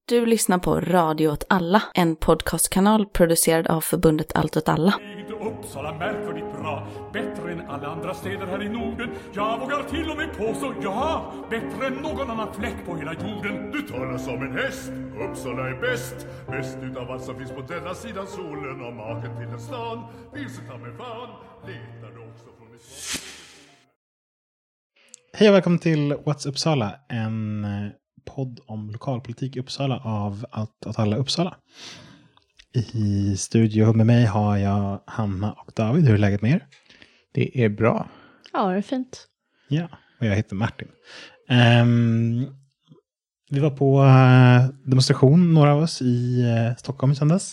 Du lyssnar på Radio åt alla, en podcastkanal producerad av förbundet Allt åt alla. Uppsala märkvärdigt bra, bättre än alla andra städer här i Norden. Jag vågar till och med påstå, ja, bättre än någon annan fläck på hela jorden. Du talar som en häst, Uppsala är bäst. Bäst utav allt som finns på denna sidan solen. Och maken till en stan, vilse ta med fan, letar du också från ett... Hej och välkommen till What's Uppsala, en podd om lokalpolitik i Uppsala av Allt åt alla Uppsala. I studio med mig har jag Hanna och David. Hur är läget med er? Det är bra. Ja, det är fint. Ja, och jag heter Martin. Vi var på demonstration, några av oss, i Stockholm i söndags.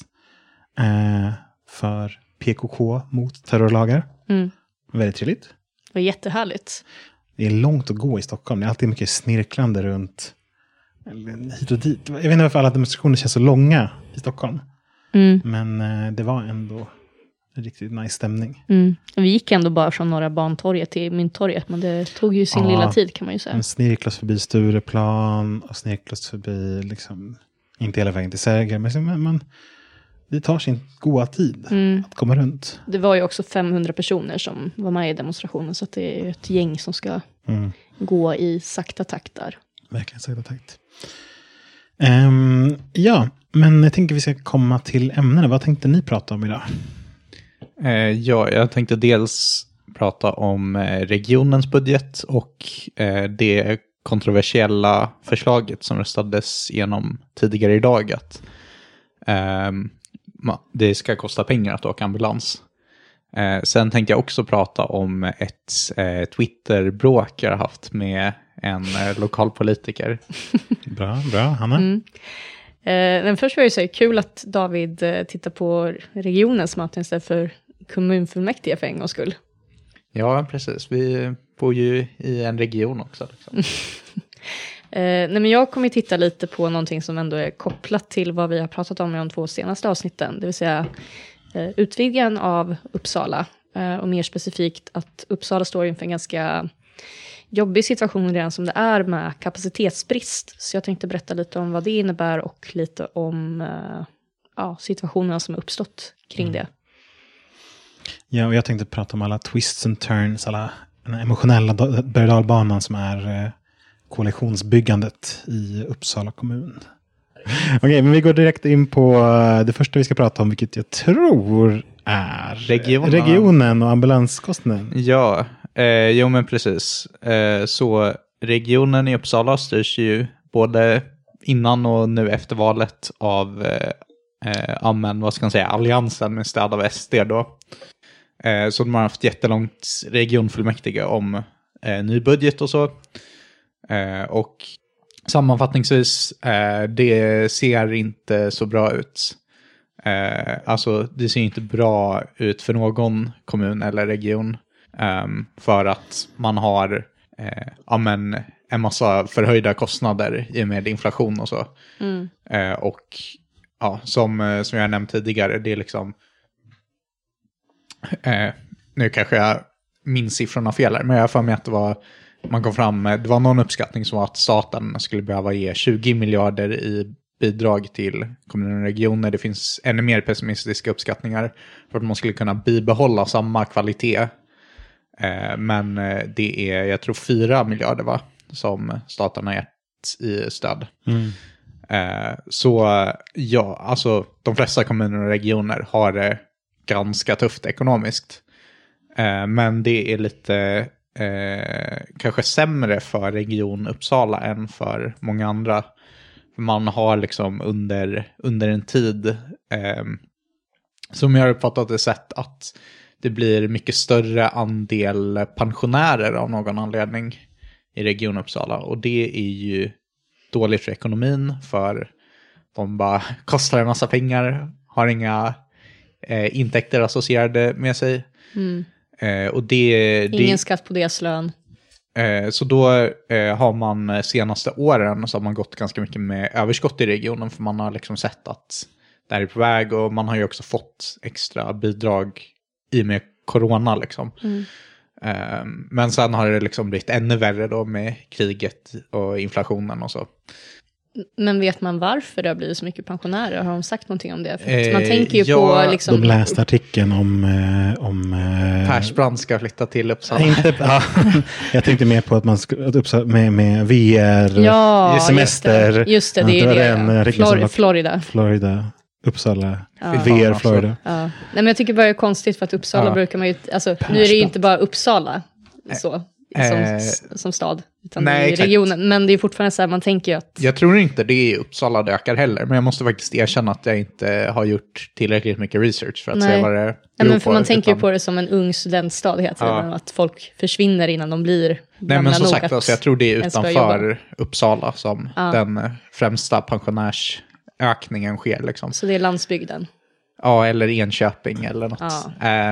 För PKK mot terrorlagar. Väldigt trevligt. Det var jättehärligt. Det är långt att gå i Stockholm. Det är alltid mycket snirklande runt hit och dit. Jag vet inte varför alla demonstrationer känns så långa i Stockholm. Men det var ändå en riktigt nice stämning. Vi gick ändå bara från Norra Bantorget till Mynttorget, men det tog ju sin lilla tid, kan man ju säga. En snirklas förbi Stureplan och snirklas förbi liksom, inte hela vägen till Sergel, men det tar sin goda tid att komma runt. Det var ju också 500 personer som var med i demonstrationen, så att det är ett gäng som ska gå i sakta takt där. Verkligen sakta takt. Ja, men jag tänker vi ska komma till ämnena. Vad tänkte ni prata om idag? Ja, jag tänkte dels prata om regionens budget och det kontroversiella förslaget som röstades igenom tidigare idag, att det ska kosta pengar att åka ambulans. Sen tänkte jag också prata om ett Twitter-bråk jag har haft med en lokalpolitiker. Bra, Hanna. Men först var det så kul att David tittar på regionens möte istället för kommunfullmäktige för en gångs skull. Ja, precis. Vi bor ju i en region också. Liksom. Nej, men jag kommer titta lite på någonting som ändå är kopplat till vad vi har pratat om i de 2 senaste avsnitten. Det vill säga utvidgningen av Uppsala. Och mer specifikt att Uppsala står inför en ganska jobbig situation redan som det är med kapacitetsbrist. Så jag tänkte berätta lite om vad det innebär och lite om situationerna som har uppstått kring det. Ja, och jag tänkte prata om alla twists and turns, alla den emotionella berg-och-dalbanan som är koalitionsbyggandet i Uppsala kommun. Okej, men vi går direkt in på det första vi ska prata om, vilket jag tror är regionen och ambulanskostnaden. Ja, jo men precis. Så regionen i Uppsala styrs ju både innan och nu efter valet av alliansen med stöd av SD då. Så de har haft jättelångt regionfullmäktige om ny budget och så. Och sammanfattningsvis, det ser inte så bra ut. Alltså det ser inte bra ut för någon kommun eller region. För att man har en massa förhöjda kostnader i och med inflation och så. Och ja, som jag nämnt tidigare, det är liksom nu kanske jag minns siffrorna fel här, men jag har för mig att det var någon uppskattning som var att staten skulle behöva ge 20 miljarder i bidrag till kommuner och regioner. Det finns ännu mer pessimistiska uppskattningar för att man skulle kunna bibehålla samma kvalitet. Men det är, jag tror 4 miljarder som staten har gett i stöd. Så ja, alltså de flesta kommuner och regioner har det ganska tufft ekonomiskt. Men det är lite kanske sämre för region Uppsala än för många andra. Man har liksom under en tid som jag har uppfattat det sett att det blir mycket större andel pensionärer av någon anledning i region Uppsala. Och det är ju dåligt för ekonomin, för de bara kostar en massa pengar, har inga intäkter associerade med sig. Och ingen skatt på deras lön. Så då har man senaste åren så har man gått ganska mycket med överskott i regionen, för man har liksom sett att det här är på väg, och man har ju också fått extra bidrag i och med corona liksom. Men sen har det liksom blivit ännu värre då med kriget och inflationen och så. Men vet man varför det har blivit så mycket pensionärer? Har de sagt någonting om det? För man tänker ju på liksom... De läste artikeln om Persbrandt ska flytta till Uppsala. Jag tänkte mer på att man ska med VR, semester. Just det är det. Florida. Uppsala, VR, Florida. Ja. Nej, men jag tycker bara det är konstigt för att Uppsala brukar man ju... Alltså, nu är det ju inte bara Uppsala som stad, utan det är regionen. Men det är fortfarande så här, man tänker ju att... Jag tror inte det är Uppsala det ökar heller, men jag måste faktiskt erkänna att jag inte har gjort tillräckligt mycket research för att se vad det beror men för man tänker ju på det som en ung studentstad hela tiden, att folk försvinner innan de blir gamla. Nej, men som sagt, alltså, jag tror det är utanför Uppsala som den främsta pensionärsökningen sker. Liksom. Så det är landsbygden? Ja, eller Enköping eller något.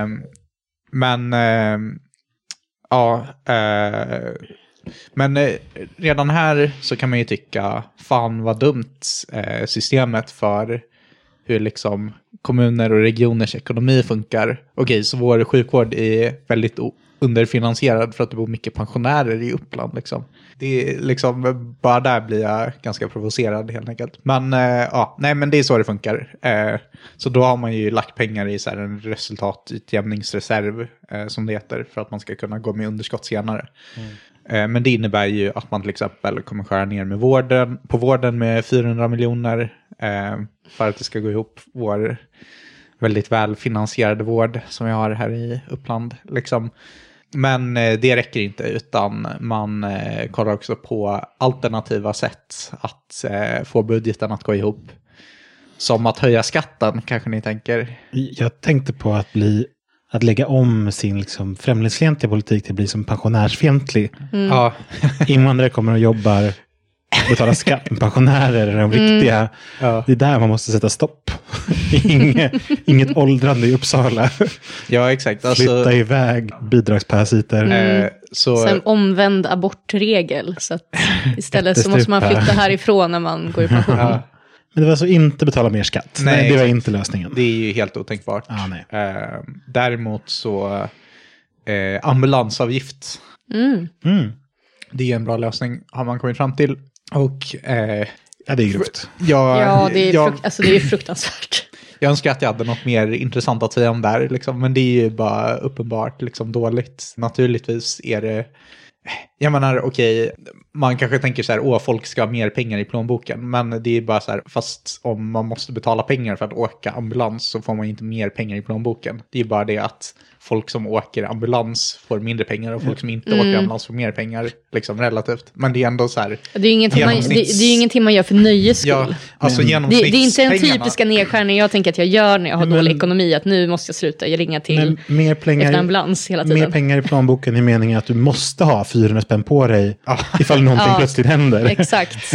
Men redan här så kan man ju tycka, fan vad dumt systemet för hur liksom kommuner och regioners ekonomi funkar. Okej, så vår sjukvård är väldigt underfinansierad för att det bor mycket pensionärer i Uppland. Liksom. Det är liksom, bara där blir jag ganska provocerad helt enkelt. Men nej, men det är så det funkar. Så då har man ju lagt pengar i så här en resultatutjämningsreserv som det heter, för att man ska kunna gå med underskott senare. Men det innebär ju att man till exempel kommer skära ner med vården med 400 miljoner för att det ska gå ihop vår väldigt välfinansierade vård som vi har här i Uppland. Liksom. Men det räcker inte, utan man kollar också på alternativa sätt att få budgeten att gå ihop. Som att höja skatten, kanske ni tänker. Jag tänkte på att lägga om sin liksom främlingsfientliga politik till att bli som pensionärsfientlig. Ja. Invandrare kommer och jobbar, betalar skatt, pensionärer är de riktiga. Ja. Det är där man måste sätta stopp. Inget åldrande i Uppsala. Ja, exakt. Flytta iväg bidragsparasiter. Sen omvänd abortregel. Så att istället så måste man flytta härifrån när man går i pension. Ja. Men det var så inte betala mer skatt. Nej, det var inte lösningen. Det är ju helt otänkbart. Däremot så ambulansavgift. Det är en bra lösning, har man kommit fram till. Och ja, det är grovt. Det är fruktansvärt. Jag önskar att jag hade något mer intressant att säga om det här. Liksom, men det är ju bara uppenbart liksom, dåligt. Naturligtvis är det... Jag menar, okej, man kanske tänker så här, folk ska ha mer pengar i plånboken. Men det är bara så här, fast om man måste betala pengar för att åka ambulans så får man inte mer pengar i plånboken. Det är bara det att folk som åker ambulans får mindre pengar och folk som inte åker ambulans får mer pengar, liksom relativt. Men det är ändå så här... Det är ingenting man gör för nöjes skull. Ja, alltså det är inte en typiska nedskärning jag tänker att jag gör när jag har dålig ekonomi, att nu måste jag sluta, jag ringer till efter ambulans hela tiden. Mer pengar i plånboken i meningen att du måste ha 400 spänn på dig ifall någonting plötsligt händer. Exakt.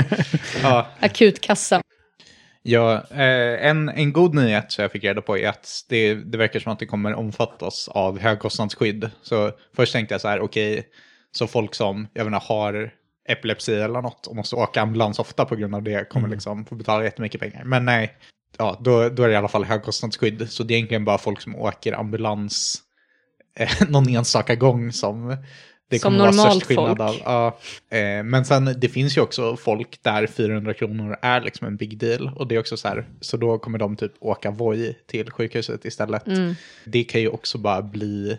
Akutkassa. Ja, en god nyhet som jag fick reda på är att det verkar som att det kommer omfattas av högkostnadsskydd. Så först tänkte jag så här, okej, så folk som har epilepsi eller något och måste åka ambulans ofta på grund av det kommer liksom få betala jättemycket pengar. Men nej, då är det i alla fall högkostnadsskydd. Så det är egentligen bara folk som åker ambulans någon enstaka gång som... Det som kommer normalt vara störst skillnad av. Men sen det finns ju också folk där 400 kronor är liksom en big deal. Och det är också så här, så då kommer de typ åka Voi till sjukhuset istället. Det kan ju också bara bli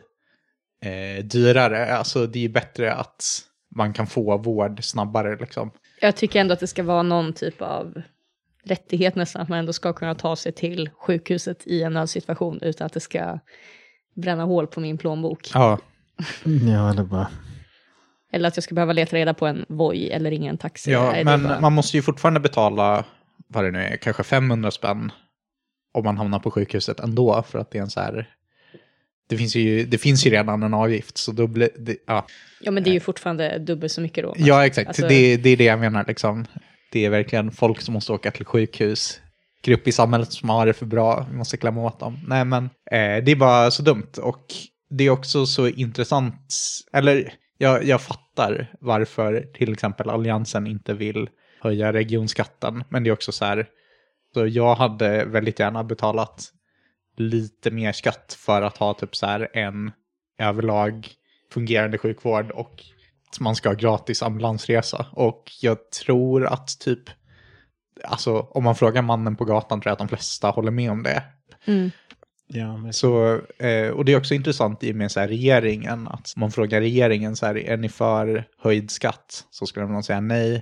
dyrare. Alltså det är bättre att man kan få vård snabbare liksom. Jag tycker ändå att det ska vara någon typ av rättighet nästan. Att man ändå ska kunna ta sig till sjukhuset i en nödsituation utan att det ska bränna hål på min plånbok. Ja. Ja, det bara... Eller att jag ska behöva leta reda på en Voi eller ringa en taxi. Ja, men man måste ju fortfarande betala, vad det nu är, kanske 500 spänn om man hamnar på sjukhuset ändå. För att det är en så här... Det finns ju redan en avgift, så då blir det... Ja, men det är ju fortfarande dubbelt så mycket då. Ja, exakt. Alltså... Det är det jag menar liksom. Det är verkligen folk som måste åka till sjukhus. Grupp i samhället som har det för bra. Vi måste klämma åt dem. Nej, men det är bara så dumt. Och det är också så intressant, eller jag fattar varför till exempel Alliansen inte vill höja regionskatten, men det är också så här, så jag hade väldigt gärna betalat lite mer skatt för att ha typ så här en överlag fungerande sjukvård och att man ska ha gratis ambulansresa, och jag tror att typ alltså om man frågar mannen på gatan tror jag att de flesta håller med om det. Ja, men... Så, och det är också intressant i med så här regeringen, att man frågar regeringen så här, är ni för höjd skatt? Så skulle de nog säga nej.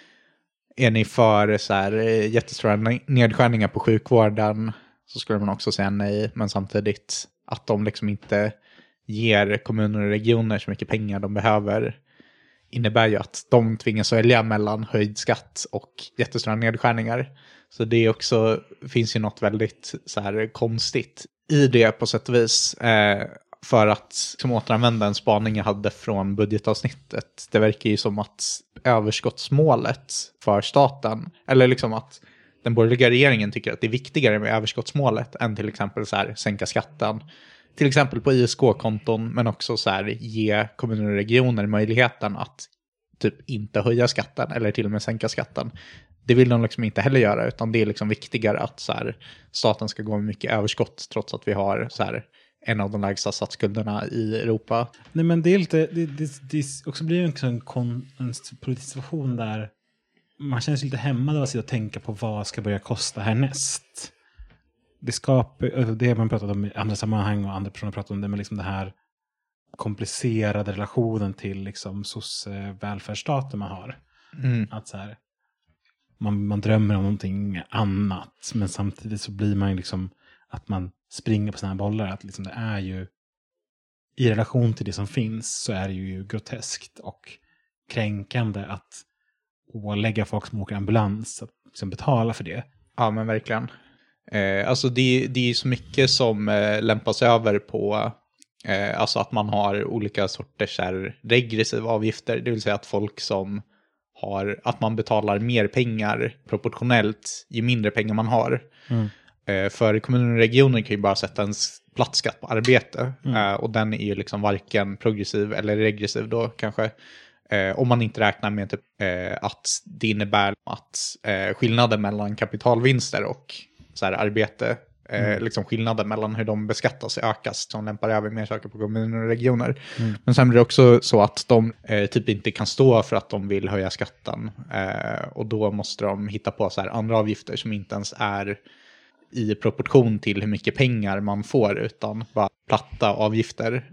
Är ni för så här, jättestora nedskärningar på sjukvården? Så skulle man också säga nej, men samtidigt att de liksom inte ger kommuner och regioner så mycket pengar de behöver innebär ju att de tvingas välja mellan höjd skatt och jättestora nedskärningar. Så det är också, finns ju något väldigt så här konstigt i det på sätt och vis. För att som återanvända en spaning jag hade från budgetavsnittet. Det verkar ju som att överskottsmålet för staten, eller liksom att den borgerliga regeringen tycker att det är viktigare med överskottsmålet än till exempel så här, sänka skatten. Till exempel på ISK-konton, men också så här, ge kommuner och regioner möjligheten att typ inte höja skatten eller till och med sänka skatten. Det vill de liksom inte heller göra, utan det är liksom viktigare att så här, staten ska gå med mycket överskott trots att vi har så här, en av de lägsta statsskulderna i Europa. Nej, men det är lite, det också blir ju en politisk situation där man känner sig lite hämmad av att sitta och tänka på vad ska börja kosta härnäst. Det skapar, det har man pratat om i andra sammanhang och andra personer pratat om det, men liksom det här komplicerade relationen till liksom välfärdsstaten man har. Att så här, man drömmer om någonting annat, men samtidigt så blir man liksom att man springer på såna här bollar, att liksom det är ju i relation till det som finns så är det ju groteskt och kränkande att ålägga folk som åker ambulans att liksom betala för det. Ja, men verkligen. Alltså det är så mycket som lämpas över på alltså att man har olika sorters här regressiva avgifter, det vill säga att folk som har, att man betalar mer pengar proportionellt ju mindre pengar man har. För kommuner och regioner kan ju bara sätta en platsskatt på arbete och den är ju liksom varken progressiv eller regressiv då kanske. Om man inte räknar med typ, att det innebär att skillnaden mellan kapitalvinster och så här, arbete, liksom skillnaden mellan hur de beskattas ökas, som lämpar över mer saker på kommuner och regioner. Men sen är det också så att de typ inte kan stå för att de vill höja skatten och då måste de hitta på så här andra avgifter som inte ens är i proportion till hur mycket pengar man får, utan bara platta avgifter.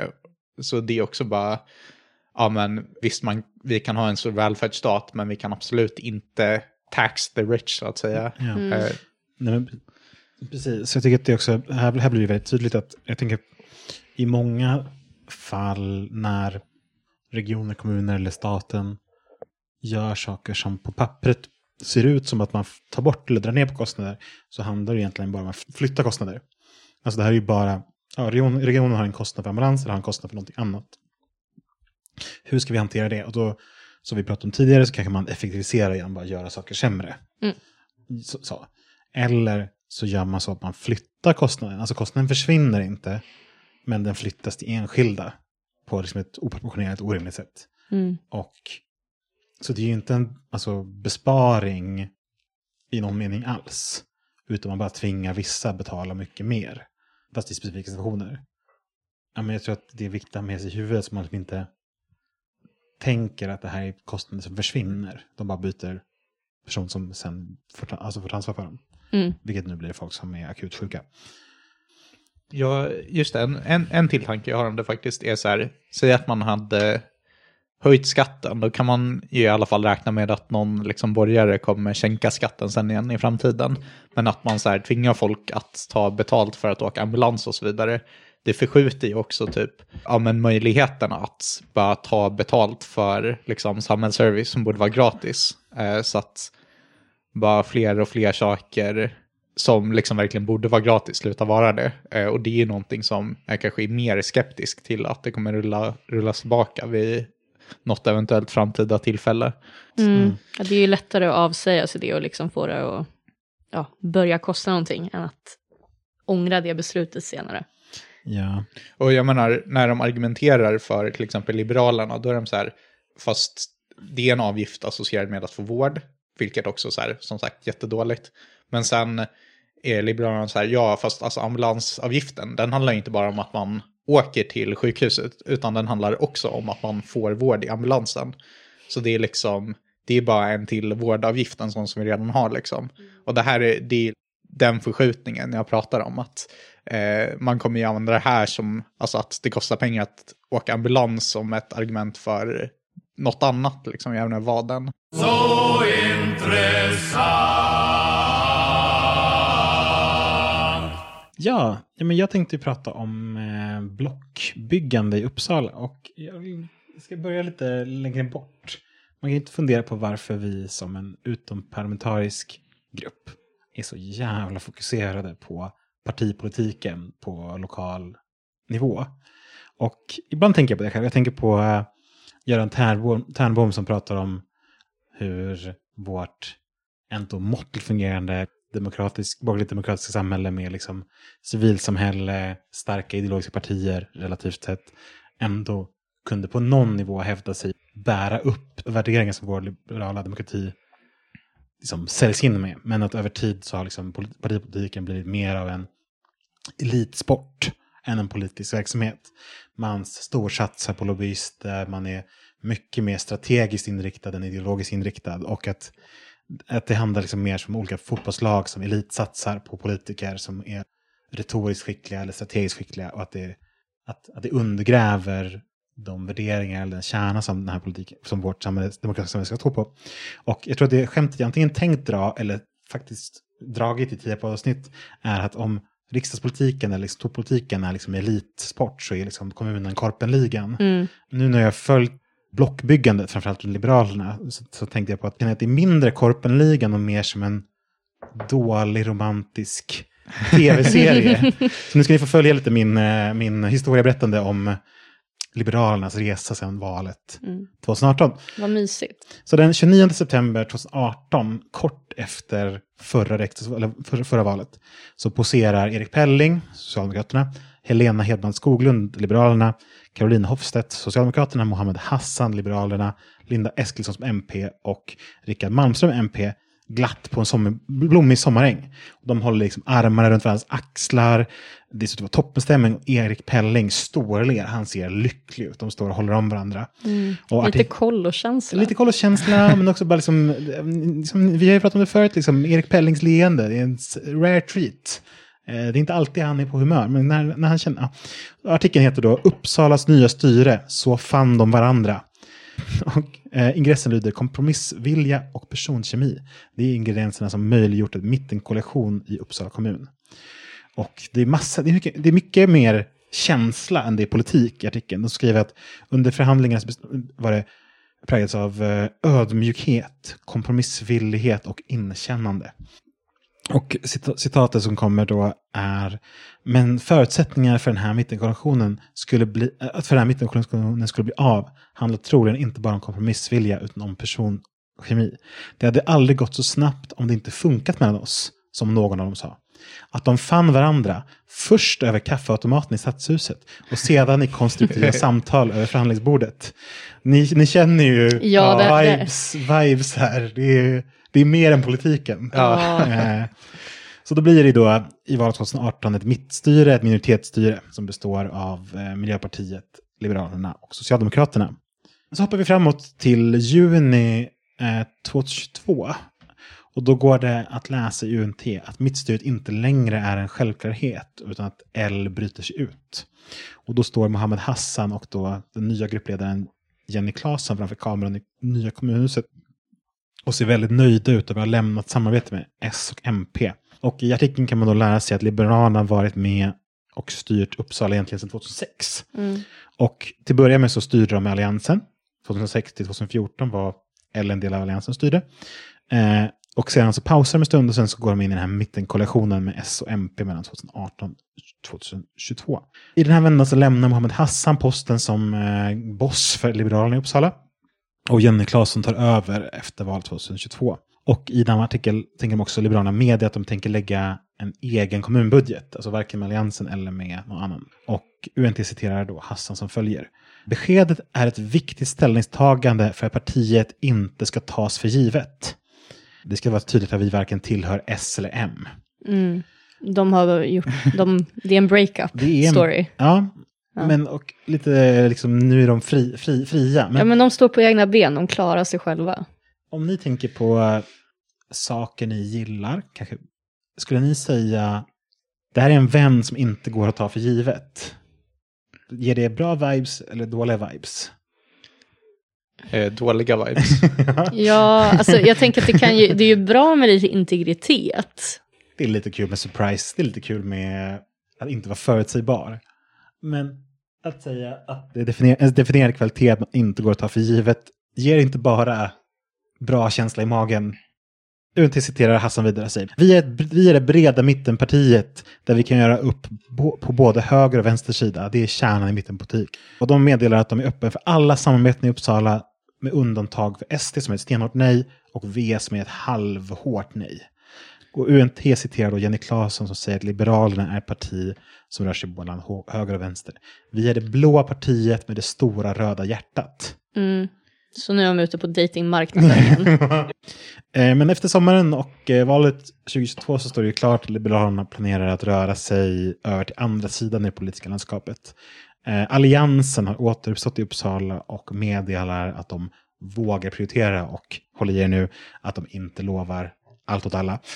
Så det är också bara, ja men visst, vi kan ha en stor välfärdsstat, men vi kan absolut inte tax the rich så att säga. Ja. Nej, men, precis, så jag tycker att det också, här blir det väldigt tydligt att jag tänker i många fall när regioner, kommuner eller staten gör saker som på pappret ser ut som att man tar bort eller drar ner på kostnader, så handlar det egentligen bara om att flytta kostnader. Alltså det här är ju bara, ja, regionen har en kostnad för ambulans eller har en kostnad för någonting annat. Hur ska vi hantera det? Och då, som vi pratade om tidigare, så kanske man effektiviserar genom att bara göra saker sämre. Så. Eller så gör man så att man flyttar kostnaden. Alltså kostnaden försvinner inte, men den flyttas till enskilda på liksom ett oproportionerligt orimligt sätt. Och så det är ju inte en besparing i någon mening alls, utan man bara tvingar vissa betala mycket mer, fast i specifika situationer. Ja, men jag tror att det är viktigt att ha med sig i huvudet, så man inte tänker att det här är kostnader som försvinner. De bara byter person som sen får ansvar för dem. Vilket nu blir folk som är akut sjuka. Ja, just det. En till tanke jag har om det faktiskt är så här, säg att man hade höjt skatten, då kan man ju i alla fall räkna med att någon liksom borgare kommer sänka skatten sen igen i framtiden. Men att man så här tvingar folk att ta betalt för att åka ambulans och så vidare, det förskjuter ju också typ, ja, men möjligheterna att bara ta betalt för liksom samhällsservice som borde vara gratis. Så att bara fler och fler saker som liksom verkligen borde vara gratis slutar vara det. Och det är ju någonting som jag kanske är mer skeptisk till att det kommer rullas tillbaka vid något eventuellt framtida tillfälle. Ja, det är ju lättare att avsäga sig det och liksom få det att börja kosta någonting än att ångra det beslutet senare. Ja. Och jag menar, när de argumenterar för till exempel Liberalerna, då är de så här, fast det är en avgift associerad med att få vård, vilket också så här, som sagt, jättedåligt. Men sen är Liberalerna så här, ja, fast alltså ambulansavgiften, den handlar inte bara om att man åker till sjukhuset, utan den handlar också om att man får vård i ambulansen. Så det är liksom det är bara en till vårdavgift, en sån som vi redan har liksom. Och det här är den förskjutningen jag pratar om, att man kommer ju använda det här som, alltså att det kostar pengar att åka ambulans som ett argument för något annat liksom, jag vet inte vad den. Så intressant! Ja, men jag tänkte ju prata om blockbyggande i Uppsala, och jag ska börja lite längre bort. Man kan inte fundera på varför vi som en utomparlamentarisk grupp är så jävla fokuserade på partipolitiken på lokal nivå. Och ibland tänker jag på det själv. Jag tänker på Göran Ternbom som pratar om hur vårt ändå måttligt fungerande borgerligt demokratiska samhälle med liksom civilsamhälle, starka ideologiska partier relativt sett ändå kunde på någon nivå hävda sig, bära upp värderingar som vår liberala demokrati liksom säljs in med. Men att över tid så har liksom partipolitiken blivit mer av en elitsport än en politisk verksamhet. Man storsatsar på lobbyister, man är mycket mer strategiskt inriktad än ideologiskt inriktad, och att det handlar liksom mer som olika fotbollslag som elitsatsar på politiker som är retoriskt skickliga eller strategiskt skickliga, och att det undergräver de värderingar eller den kärna som den här politiken, som vårt demokratiska samhälle ska stå på. Och jag tror att det skämtet jag antingen tänkt dra eller faktiskt dragit i 10 avsnitt är att om riksdagspolitiken eller storpolitiken är liksom elitsport, så är liksom kommunen Korpenligan. Nu när jag följt blockbyggandet, framförallt Liberalerna, så tänkte jag på att det är mindre Korpenligan och mer som en dålig romantisk tv-serie. Så nu ska ni få följa lite min historieberättande om Liberalernas resa sedan valet 2018. Vad mysigt. Så den 29 september 2018, kort efter förra valet, så poserar Erik Pelling, Socialdemokraterna, Helena Hedman Skoglund, Liberalerna, Caroline Hofstedt, Socialdemokraterna, Mohammed Hassan, Liberalerna, Linda Eskilsson som MP och Rickard Malmström, MP, glatt på en blommig sommaräng. De håller liksom armarna runt varandras axlar. Det är så toppenstämning. Erik Pelling storler. Han ser lycklig ut. De står och håller om varandra. Och lite kollokänsla. Lite kollokänsla, men också bara liksom, vi har ju pratat om det förut, liksom, Erik Pellings leende. Det är en rare treat. Det är inte alltid han är på humör, men när han känner... Artikeln heter då Uppsalas nya styre, så fann de varandra. Och ingressen lyder kompromissvilja och personkemi. Det är ingredienserna som möjliggjort en mittenkoalition i Uppsala kommun. Och det är mycket mer känsla än det är politik i artikeln. De skriver att under förhandlingarna var det präglats av ödmjukhet, kompromissvillighet och inkännande. Och citatet som kommer då är: men förutsättningar för den här mittenkoalitionen skulle bli av handlar troligen inte bara om kompromissvilja utan om personkemi. Det hade aldrig gått så snabbt om det inte funkat mellan oss, som någon av dem sa. Att de fann varandra först över kaffeautomaten i Stadshuset och sedan i konstruktiva samtal över förhandlingsbordet. Ni känner ju vibes här. Det är mer än politiken. Så då blir det då i valet 2018 ett mittstyre, ett minoritetsstyre som består av Miljöpartiet, Liberalerna och Socialdemokraterna. Så hoppar vi framåt till juni 2022. Och då går det att läsa i UNT att mittstyret inte längre är en självklarhet utan att L bryter sig ut. Och då står Mohammed Hassan och då den nya gruppledaren Jenny Claesson framför kameran i nya kommunhuset och ser väldigt nöjda ut och har lämnat samarbete med S och MP. Och i artikeln kan man då lära sig att Liberalerna varit med och styrt Uppsala egentligen sedan 2006. Och till början med så styrde de med alliansen. 2006 till 2014 var L en del av alliansen styrde. Och sedan så pausar de en stund och sen så går de in i den här mittenkoalitionen med S och MP mellan 2018 och 2022. I den här vändan så lämnar Mohammed Hassan posten som boss för Liberalerna i Uppsala. Och Jenny Claesson tar över efter valet 2022. Och i den artikeln tänker de också Liberalerna media att de tänker lägga en egen kommunbudget. Alltså varken med alliansen eller med någon annan. Och UNT citerar då Hassan som följer: beskedet är ett viktigt ställningstagande för att partiet inte ska tas för givet. Det ska vara tydligt att vi varken tillhör S eller M. De har gjort, det är en breakup story. Ja. Men och lite liksom, nu är de fria. Men de står på egna ben, de klarar sig själva. Om ni tänker på saker ni gillar, kanske skulle ni säga det här är en vän som inte går att ta för givet? Ger det bra vibes eller dåliga vibes? Dåliga vibes. Ja, alltså jag tänker att det är ju bra med lite integritet. Det är lite kul med surprise. Det är lite kul med att inte vara förutsägbar. Men att säga att det är definierad kvalitet att man inte går att ta för givet ger inte bara bra känsla i magen. Utan citerar Hassan vidare säger. Vi är det breda mittenpartiet där vi kan göra upp på både höger och vänster sida. Det är kärnan i mittenpolitik. Och de meddelar att de är öppna för alla samarbeten i Uppsala med undantag för SD som är ett stenhårt nej och V som är ett halvhårt nej. Och UNT citerar då Jenny Claesson som säger att Liberalerna är ett parti som rör sig mellan höger och vänster. Vi är det blåa partiet med det stora röda hjärtat. Mm. Så nu är de ute på datingmarknaden. Men efter sommaren och valet 2022 så står det ju klart att Liberalerna planerar att röra sig över till andra sidan i det politiska landskapet. Alliansen har återuppstått i Uppsala och meddelar att de vågar prioritera och håller i er nu att de inte lovar allt åt alla.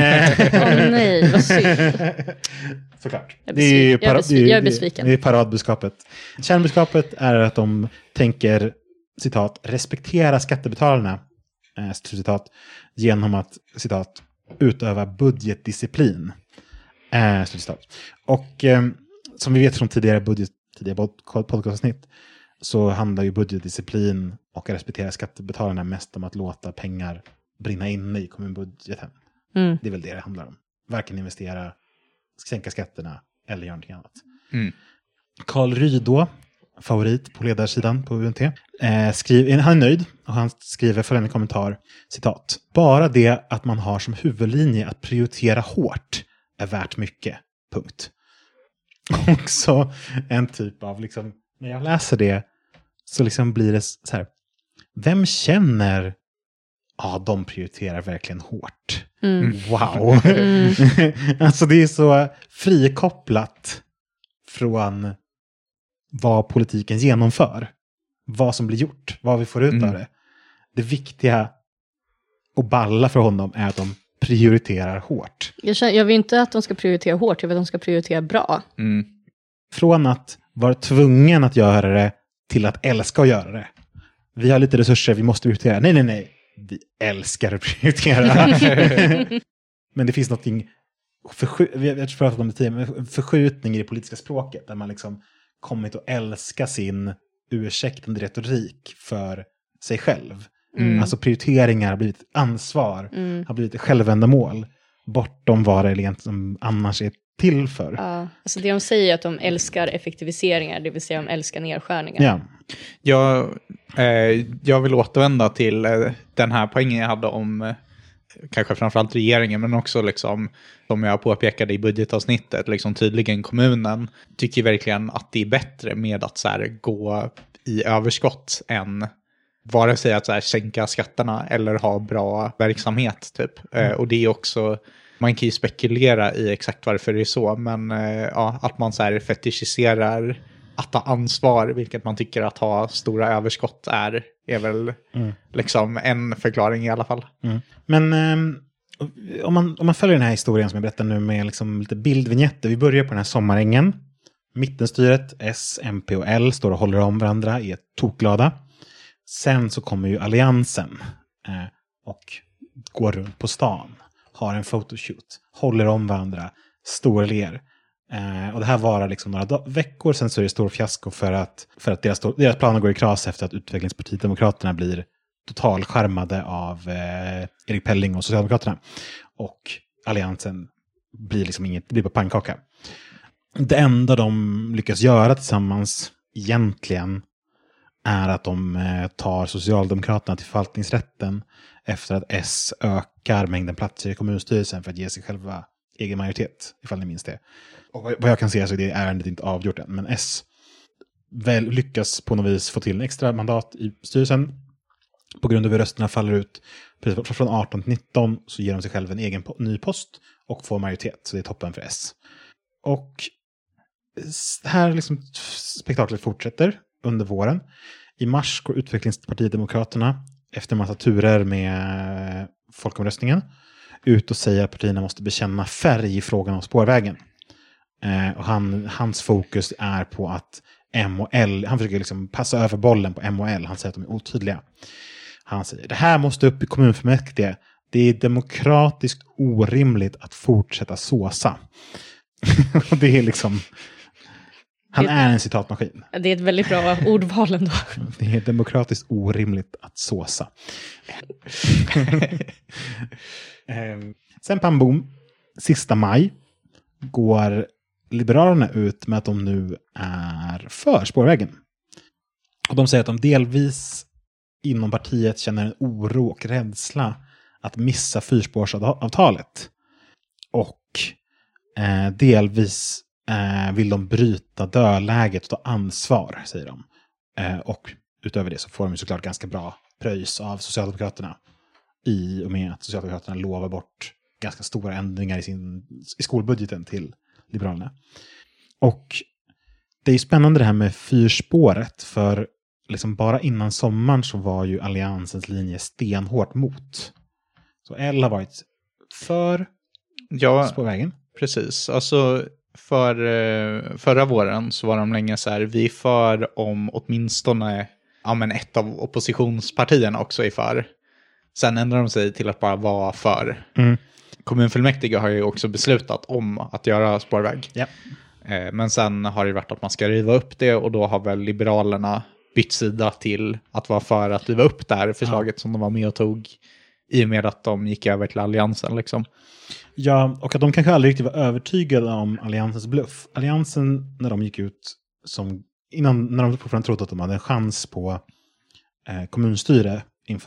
Nej, vad synd. Såklart. Jag är besviken. Det är paradbudskapet. Kärnbudskapet är att de tänker, citat, respektera skattebetalarna, citat, genom att, citat, utöva budgetdisciplin. Citat. Och som vi vet från tidigare podcastavsnitt så handlar ju budgetdisciplin och respektera skattebetalarna mest om att låta pengar brinna inne i kommunbudgeten. Mm. Det är väl det handlar om. Varken investera, sänka skatterna eller göra någonting annat. Mm. Carl Rydå, favorit på ledarsidan på UNT, han är nöjd och han skriver följande kommentar, citat, bara det att man har som huvudlinje att prioritera hårt är värt mycket, punkt. Också en typ av, liksom, när jag läser det så liksom blir det så här, vem känner de prioriterar verkligen hårt. Mm. Wow. Mm. Alltså det är så frikopplat från vad politiken genomför. Vad som blir gjort. Vad vi får ut av det. Det viktiga och balla för honom är att de prioriterar hårt. Jag vill inte att de ska prioritera hårt. Jag vill att de ska prioritera bra. Mm. Från att vara tvungen att göra det till att älska att göra det. Vi har lite resurser, vi måste prioritera. Nej. Vi älskar att prioritera. Men det finns någonting vi har pratat om det tidigare, men förskjutning i det politiska språket där man liksom kommit att älska sin ursäktande retorik för sig själv. Mm. Alltså prioriteringar har blivit ansvar, har blivit ett självändamål bortom vad det egentligen annars är till för. Ja, alltså det de säger är att de älskar effektiviseringar, det vill säga de älskar nedskärningar. Ja. Jag vill återvända till den här poängen jag hade om kanske framförallt regeringen, men också liksom, som jag påpekade i budgetavsnittet, liksom tydligen kommunen tycker verkligen att det är bättre med att så här, gå i överskott än vare sig att så här, sänka skatterna eller ha bra verksamhet typ. Och det är också, man kan ju spekulera i exakt varför det är så, men att man så här fetischiserar att ta ansvar, vilket man tycker att ha stora överskott är väl liksom en förklaring i alla fall. Mm. Men om man följer den här historien som jag berättar nu med liksom lite bildvinjetter. Vi börjar på den här sommarängen. Mittenstyret, S, MP och L står och håller om varandra, är tokglada. Sen så kommer ju alliansen och går runt på stan. Har en photoshoot. Håller om varandra. Storler. Och det här varar liksom några veckor. Sen så är det stor fiasko för att deras planer går i kras efter att utvecklingspartiet Demokraterna blir totalskärmade av Erik Pelling och Socialdemokraterna. Och alliansen blir liksom inget, det blir bara pannkaka. Det enda de lyckas göra tillsammans egentligen är att de tar Socialdemokraterna till förvaltningsrätten efter att S ökar mängden platser i kommunstyrelsen för att ge sig själva egen majoritet, ifall ni minns det. Och vad jag kan se så är det ärendet inte avgjort än, men S väl lyckas på något vis få till en extra mandat i styrelsen. På grund av hur rösterna faller ut från 18 till 19 så ger de sig själva en egen ny post och får majoritet, så det är toppen för S. Och här liksom spektaklet fortsätter under våren. I mars går utvecklingspartiet Demokraterna efter en massa turer med folkomröstningen ut och säger att partierna måste bekänna färg i frågan om spårvägen. Och hans fokus är på att M och L, han försöker liksom passa över bollen på M och L. Han säger att de är otydliga. Han säger, det här måste upp i kommunfullmäktige. Det är demokratiskt orimligt att fortsätta såsa. Och det är liksom... Han är en citatmaskin. Det är ett väldigt bra ordval ändå. Det är demokratiskt orimligt att såsa. Sen pam bom, sista maj går Liberalerna ut med att de nu är för spårvägen. Och de säger att de delvis inom partiet känner en oro och rädsla att missa fyrspårsavtalet. Och delvis vill de bryta dödläget och ta ansvar, säger de. Och utöver det så får de såklart ganska bra pröjs av Socialdemokraterna i och med att Socialdemokraterna lovar bort ganska stora ändringar i skolbudgeten till Liberalerna. Och det är ju spännande det här med fyrspåret, för liksom bara innan sommaren så var ju alliansens linje stenhårt mot. Så L har varit för spårvägen. Precis. Alltså förra våren så var de länge så här, vi är för om åtminstone ett av oppositionspartierna också är för. Sen ändrar de sig till att bara vara för. Kommunfullmäktige har ju också beslutat om att göra spårväg. Ja. Men sen har det varit att man ska riva upp det, och då har väl Liberalerna bytt sida till att vara för att riva upp det här förslaget som de var med och tog i och med att de gick över till alliansen liksom. Ja, och att de kanske aldrig riktigt var övertygade om alliansens bluff. Alliansen, när de gick ut när de fortfarande trodde att de hade en chans på kommunstyre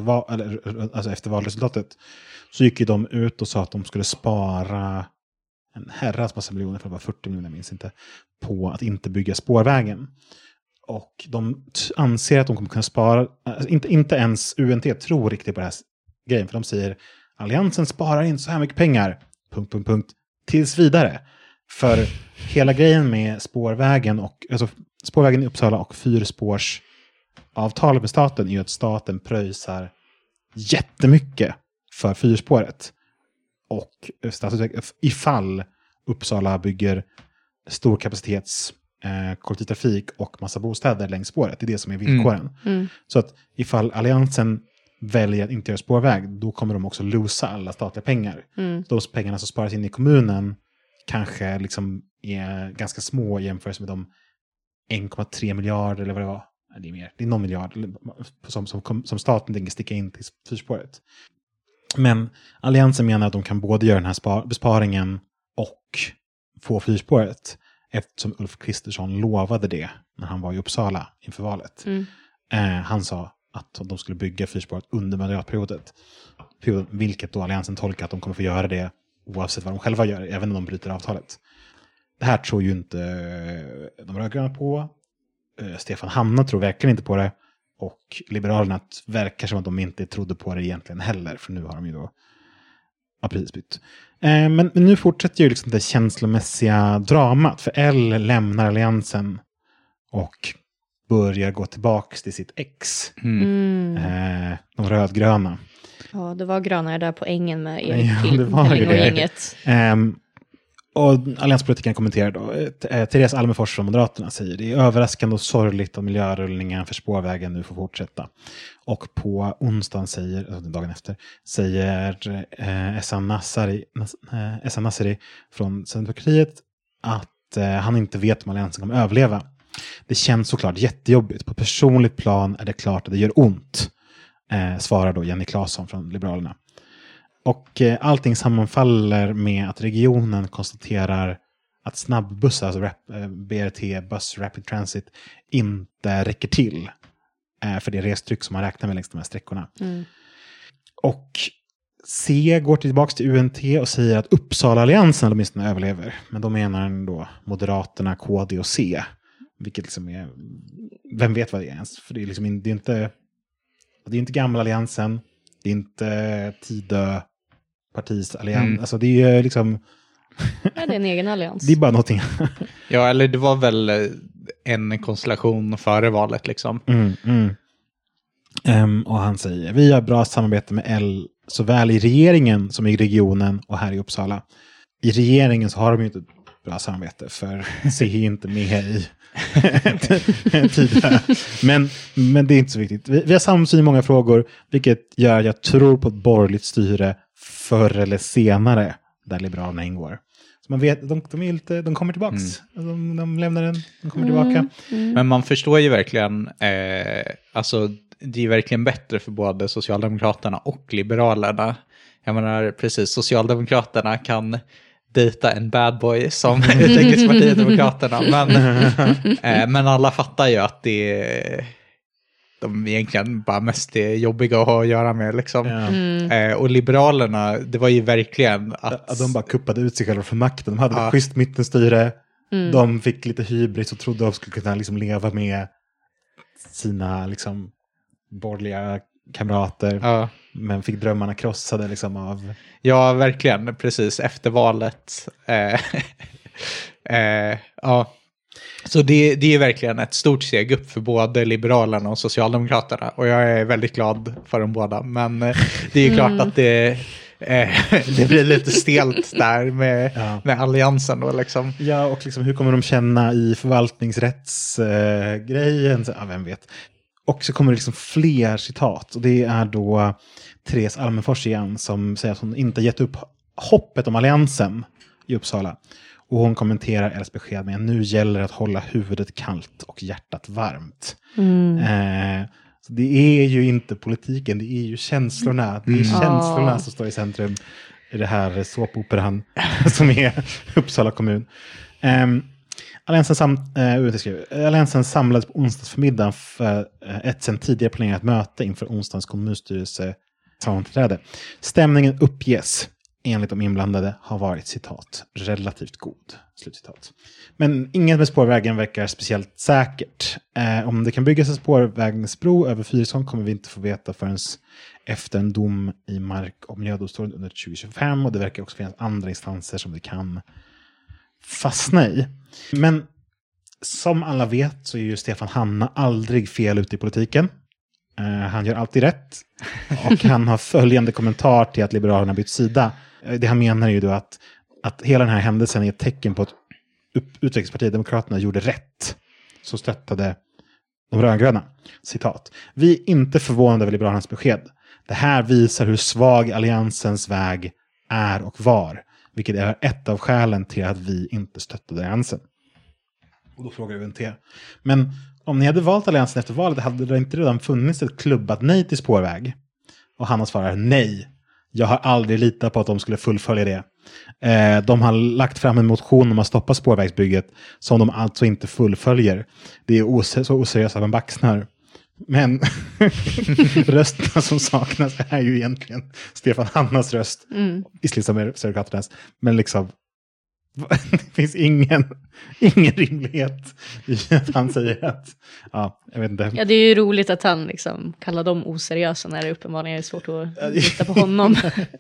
efter valresultatet, så gick ju de ut och sa att de skulle spara en herrans massa miljoner, för det var 40 miljoner, jag minns inte, på att inte bygga spårvägen. Och de anser att de kommer kunna spara, inte ens UNT tror riktigt på det här grejen, för de säger alliansen sparar in så här mycket pengar, ... tills vidare. För hela grejen med spårvägen spårvägen i Uppsala och fyrspårsavtalet med staten är ju att staten pröjsar jättemycket för fyrspåret. Och ifall Uppsala bygger storkapacitets kollektivtrafik och massa bostäder längs spåret, det är det som är villkoren. Så att ifall alliansen väljer att inte göra spårväg, då kommer de också losa alla statliga pengar. De pengarna som sparas in i kommunen kanske liksom är ganska små i jämförelse med de 1,3 miljarder eller vad det var. Det är mer. Det är någon miljard som staten tänker sticka in till fyrspåret. Men alliansen menar att de kan både göra den här besparingen och få fyrspåret, eftersom Ulf Kristersson lovade det när han var i Uppsala inför valet. Han sa att de skulle bygga fyrspåret under mandatperioden, vilket då alliansen tolkar att de kommer få göra det oavsett vad de själva gör, även om de bryter avtalet. Det här tror ju inte de rödgröna på. Stefan Hanna tror verkligen inte på det. Och Liberalerna verkar som att de inte trodde på det egentligen heller, för nu har de ju då precis bytt. Men nu fortsätter ju liksom det känslomässiga dramat, för L lämnar alliansen och börjar gå tillbaka till sitt ex. De rödgröna. Ja, det var gröna där på ängen med Erik Pelling och gänget. Och allianspolitiken kommenterar då. Therese Almefors från Moderaterna säger: det är överraskande och sorgligt att miljörullningen för spårvägen nu får fortsätta. Och på onsdagen dagen efter, säger Essa Nasseri från Centerpartiet att han inte vet om alliansen kommer överleva. Det känns såklart jättejobbigt. På personligt plan är det klart att det gör ont, svarar då Jenny Claesson från Liberalerna. Och allting sammanfaller med att regionen konstaterar att snabbbussar, alltså BRT, Bus Rapid Transit, inte räcker till för det restryck som man räknar med längs de här sträckorna. Och C går tillbaka till UNT och säger att Uppsala-alliansen åtminstone överlever. Men de menar då Moderaterna, KD och C. Vilket liksom är... Vem vet vad det är ens? För det är liksom det är inte gamla alliansen. Det är inte Tidö partis allians. Alltså det är liksom... Ja, det är en egen allians. Det är bara någonting. Ja, eller det var väl en konstellation före valet liksom. Och han säger, vi har bra samarbete med L såväl i regeringen som i regionen och här i Uppsala. I regeringen så har de ju inte bra samarbete för ser inte med i tidigare. Men det är inte så viktigt. Vi har samsyn i många frågor, vilket gör att jag tror på ett borgerligt styre förr eller senare där Liberalerna ingår. Så man vet, de kommer tillbaks. De lämnar den, de kommer tillbaka. Men man förstår ju verkligen, alltså det är verkligen bättre för både Socialdemokraterna och Liberalerna. Jag menar precis, Socialdemokraterna kan dejta en bad boy som Utrikespartiet Demokraterna. Men alla fattar ju att de egentligen bara mest är jobbiga att ha att göra med. Liksom. Och Liberalerna, det var ju verkligen att... De bara kuppade ut sig själva för makten. De hade ett schysst mittenstyre. De fick lite hybris och trodde de skulle kunna liksom leva med sina liksom, borgerliga kamrater. Men fick drömmarna krossade liksom av... Ja, verkligen. Precis. Efter valet. Ja. Så det är verkligen ett stort steg upp för både Liberalerna och Socialdemokraterna. Och jag är väldigt glad för dem båda. Men det är ju klart att det blir lite stelt där med alliansen. Då, liksom. Ja, och liksom, hur kommer de känna i förvaltningsrättsgrejen? Vem vet. Och så kommer det liksom fler citat. Och det är då Therese Almenfors igen som säger att hon inte gett upp hoppet om alliansen i Uppsala. Och hon kommenterar Els besked med nu gäller det att hålla huvudet kallt och hjärtat varmt. Så det är ju inte politiken, det är ju känslorna. Det är känslorna som står i centrum i det här såpoperan som är Uppsala kommun. Alliansen samlades på onsdagsförmiddagen för ett sen tidigare planerat möte inför onsdagens kommunstyrelse sammanträde. Stämningen uppges enligt de inblandade har varit, citat, relativt god. Slutcitat. Men inget med spårvägen verkar speciellt säkert. Om det kan byggas en spårvägsbro över Fyrisån kommer vi inte få veta förrän efter en dom i Mark- och miljödomstolen under 2025. Och det verkar också finnas andra instanser som det kan fastna i. Men som alla vet så är ju Stefan Hanna aldrig fel ute i politiken. Han gör alltid rätt. Och han har följande kommentar till att Liberalerna bytt sida. Det han menar är ju då att hela den här händelsen är ett tecken på att Utrikespartiet Demokraterna gjorde rätt. Så stöttade de rödgröna. Citat. Vi är inte förvånade över Liberalernas besked. Det här visar hur svag alliansens väg är och var. Vilket är ett av skälen till att vi inte stöttade alliansen. Och då frågar UNT. Men om ni hade valt alliansen efter valet hade det inte redan funnits ett klubbat nej till spårväg? Och Hanna svarar nej. Jag har aldrig litat på att de skulle fullfölja det. De har lagt fram en motion om att stoppa spårvägsbygget som de alltså inte fullföljer. Det är så oseriöst av en baxnar. Men rösterna som saknas är ju egentligen Stefan Hannas röst i Slitsamördokraternas. Men liksom det finns ingen rimlighet i att han säger att jag vet inte. Ja, det är ju roligt att han liksom kallar dem oseriösa när det uppenbarligen är svårt att lita på honom.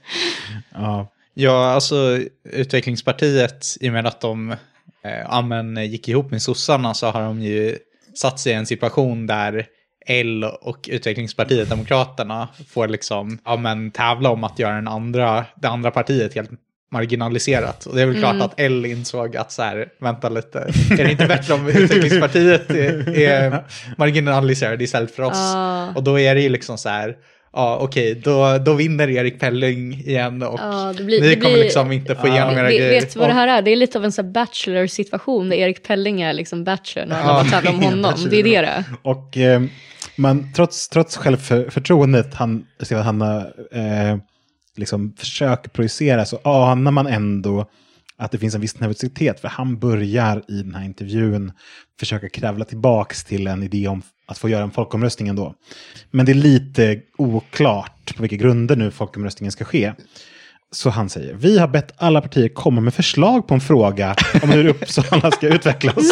Ja, alltså Utvecklingspartiet, i och med att de gick ihop med sossarna så har de ju satt sig i en situation där L och Utvecklingspartiet Demokraterna får liksom tävla om att göra det andra partiet helt marginaliserat. Och det är väl klart att L insåg att så här, vänta lite, är det inte bättre om Utvecklingspartiet är marginaliserade istället för oss? Och då är det ju liksom så här, okej, då vinner Erik Pelling igen och ni kommer liksom inte få igenom era grejer. Vet vad det här är? Det är lite av en så här Bachelor-situation där Erik Pelling är liksom Bachelor och alla tävlar om honom. Det är det. Och man, trots självförtroendet Hanna liksom försöker projicera så anar man ändå att det finns en viss nervositet, för han börjar i den här intervjun försöka kravla tillbaks till en idé om att få göra en folkomröstning ändå. Men det är lite oklart på vilka grunder nu folkomröstningen ska ske. Så han säger, vi har bett alla partier komma med förslag på en fråga om hur Uppsala ska utvecklas.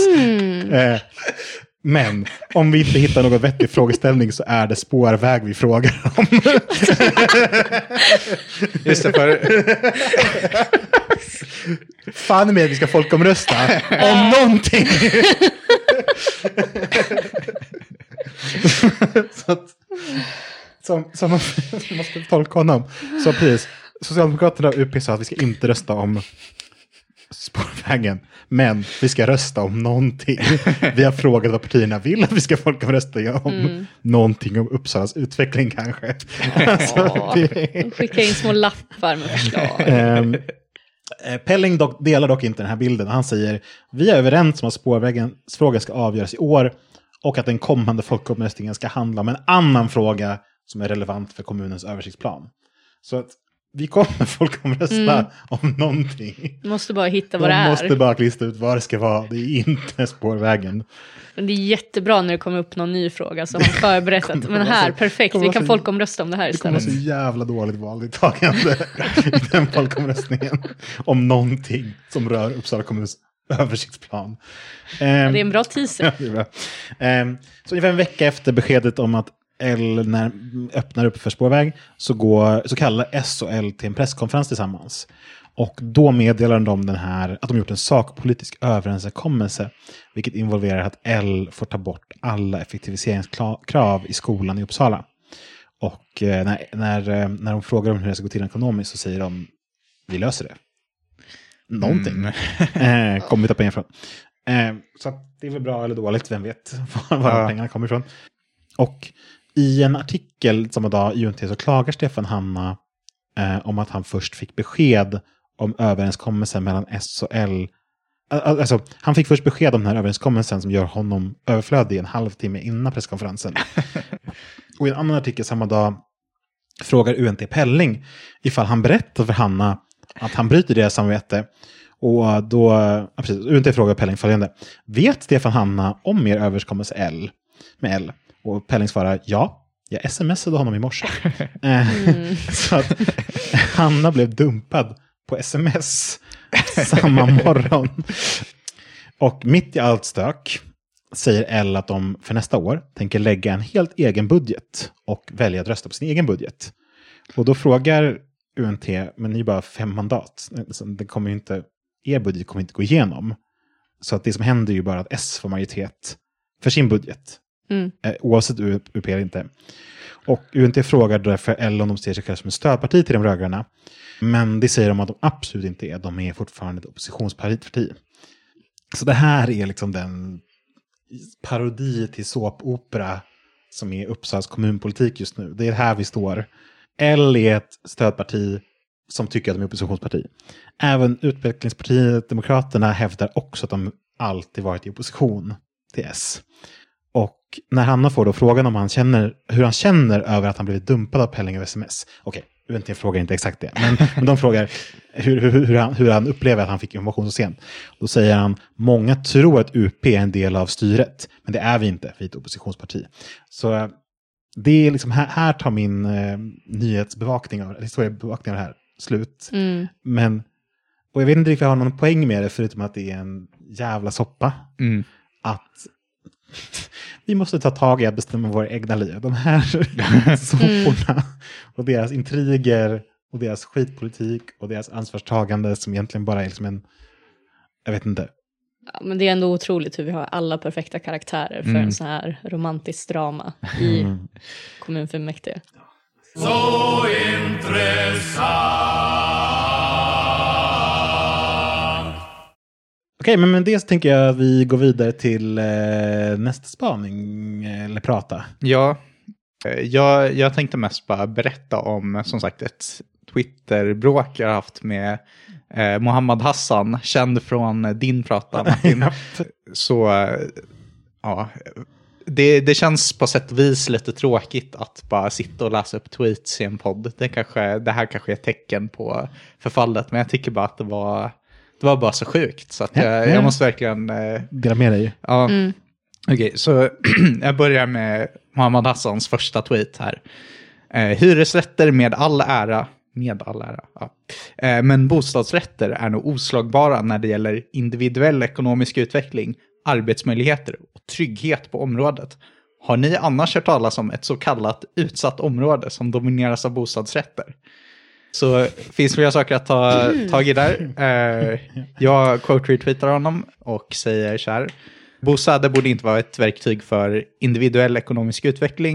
Men om vi inte hittar någon vettig frågeställning så är det spårväg vi frågar om. Just det, för... Fan med att vi ska folkomrösta om någonting. Så att, som måste tolka honom. Så precis, Socialdemokraterna och UP sa att vi ska inte rösta om spårvägen, men vi ska rösta om någonting. Vi har frågat vad partierna vill att vi ska folkomrösta om. Någonting om Uppsalas utveckling kanske. Skicka in små lappar med förslag. Pelling delar dock inte den här bilden. Han säger, vi är överens om att spårvägens fråga ska avgöras i år och att den kommande folkomröstningen ska handla om en annan fråga som är relevant för kommunens översiktsplan. Så att vi kommer folkomrösta om någonting. Måste bara hitta vad det är. Måste bara lista ut vad det ska vara. Det är inte spårvägen. Men det är jättebra när det kommer upp någon ny fråga så har man förberett att, men här, perfekt, vi kan folkomrösta om det här istället. Det kommer så jävla dåligt valdeltagande i den folkomröstningen om någonting som rör Uppsala kommuns översiktsplan. Det är en bra teaser. Det är bra. Så ungefär en vecka efter beskedet om att L när öppnar upp för spårväg så kallar S och L till en presskonferens tillsammans. Och då meddelar de att de gjort en sakpolitisk överenskommelse, vilket involverar att L får ta bort alla effektiviseringskrav i skolan i Uppsala. Och när de frågar om hur det ska gå till ekonomiskt så säger de, vi löser det. Någonting. Kommer vi ta pengar från. Så det är väl bra eller dåligt, vem vet var pengarna kommer ifrån. Och i en artikel samma dag i UNT så klagar Stefan Hanna om att han först fick besked om överenskommelsen mellan S och L. Alltså, han fick först besked om den här överenskommelsen som gör honom överflödig en halvtimme innan presskonferensen. Och i en annan artikel samma dag frågar UNT Pelling ifall han berättar för Hanna att han bryter deras samvete. Och då, UNT frågar Pelling följande. Vet Stefan Hanna om er överenskommelse med L? Och Pelling svarar, ja, jag smsade honom i morse. Så att Hanna blev dumpad på sms samma morgon. Och mitt i allt stök säger L att de för nästa år tänker lägga en helt egen budget och välja att rösta på sin egen budget. Och då frågar UNT, men ni är bara 5 mandat. Det kommer inte, er budget kommer inte gå igenom. Så att det som händer är ju bara att S får majoritet för sin budget. Oavsett UP eller inte. Och UNT frågar därför L om de ser sig själva som en stödparti till de rödgröna. Men det säger de att de absolut inte är. De är fortfarande ett oppositionsparti. Så det här är liksom den parodi till såpopera som är Uppsalas kommunpolitik just nu. Det är här vi står. L är ett stödparti som tycker att de är oppositionsparti. Även Utvecklingspartiet Demokraterna hävdar också att de alltid varit i opposition till S. Och när Hanna får då frågan om hur han känner över att han blivit dumpad av Pelling av sms. Okej, UNT frågar inte exakt det. Men de frågar hur han upplever att han fick information så sent. Då säger han, många tror att UP är en del av styret. Men det är vi inte, vi är ett oppositionsparti. Så det är liksom, här tar min nyhetsbevakning av det här slut. Och jag vet inte riktigt om jag har någon poäng med det, förutom att det är en jävla soppa. Att vi måste ta tag i att bestämma våra egna liv. De här soporna och deras intriger och deras skitpolitik och deras ansvarstagande som egentligen bara är liksom en, jag vet inte. Ja, men det är ändå otroligt hur vi har alla perfekta karaktärer för en sån här romantisk drama i kommunfullmäktige. Så intressant. Okej, men med det så tänker jag att vi går vidare till nästa spaning eller prata. Ja, jag tänkte mest bara berätta om, som sagt, ett Twitter-bråk jag har haft med Mohammad Hassan, känd från din prata, Martin. Så, ja, det känns på sätt och vis lite tråkigt att bara sitta och läsa upp tweets i en podd. Det här kanske är ett tecken på förfallet, men jag tycker bara att det var bara så sjukt. Så att jag måste verkligen dela med dig. Ja. Okej, så jag börjar med Mohammad Hassans första tweet här. Hyresrätter med all ära. Ja. Men bostadsrätter är nog oslagbara när det gäller individuell ekonomisk utveckling, arbetsmöjligheter och trygghet på området. Har ni annars hört talas om ett så kallat utsatt område som domineras av bostadsrätter? Så finns flera saker att ta tag i där. Jag quote-retweetar honom och säger så här. Bostäder borde inte vara ett verktyg för individuell ekonomisk utveckling.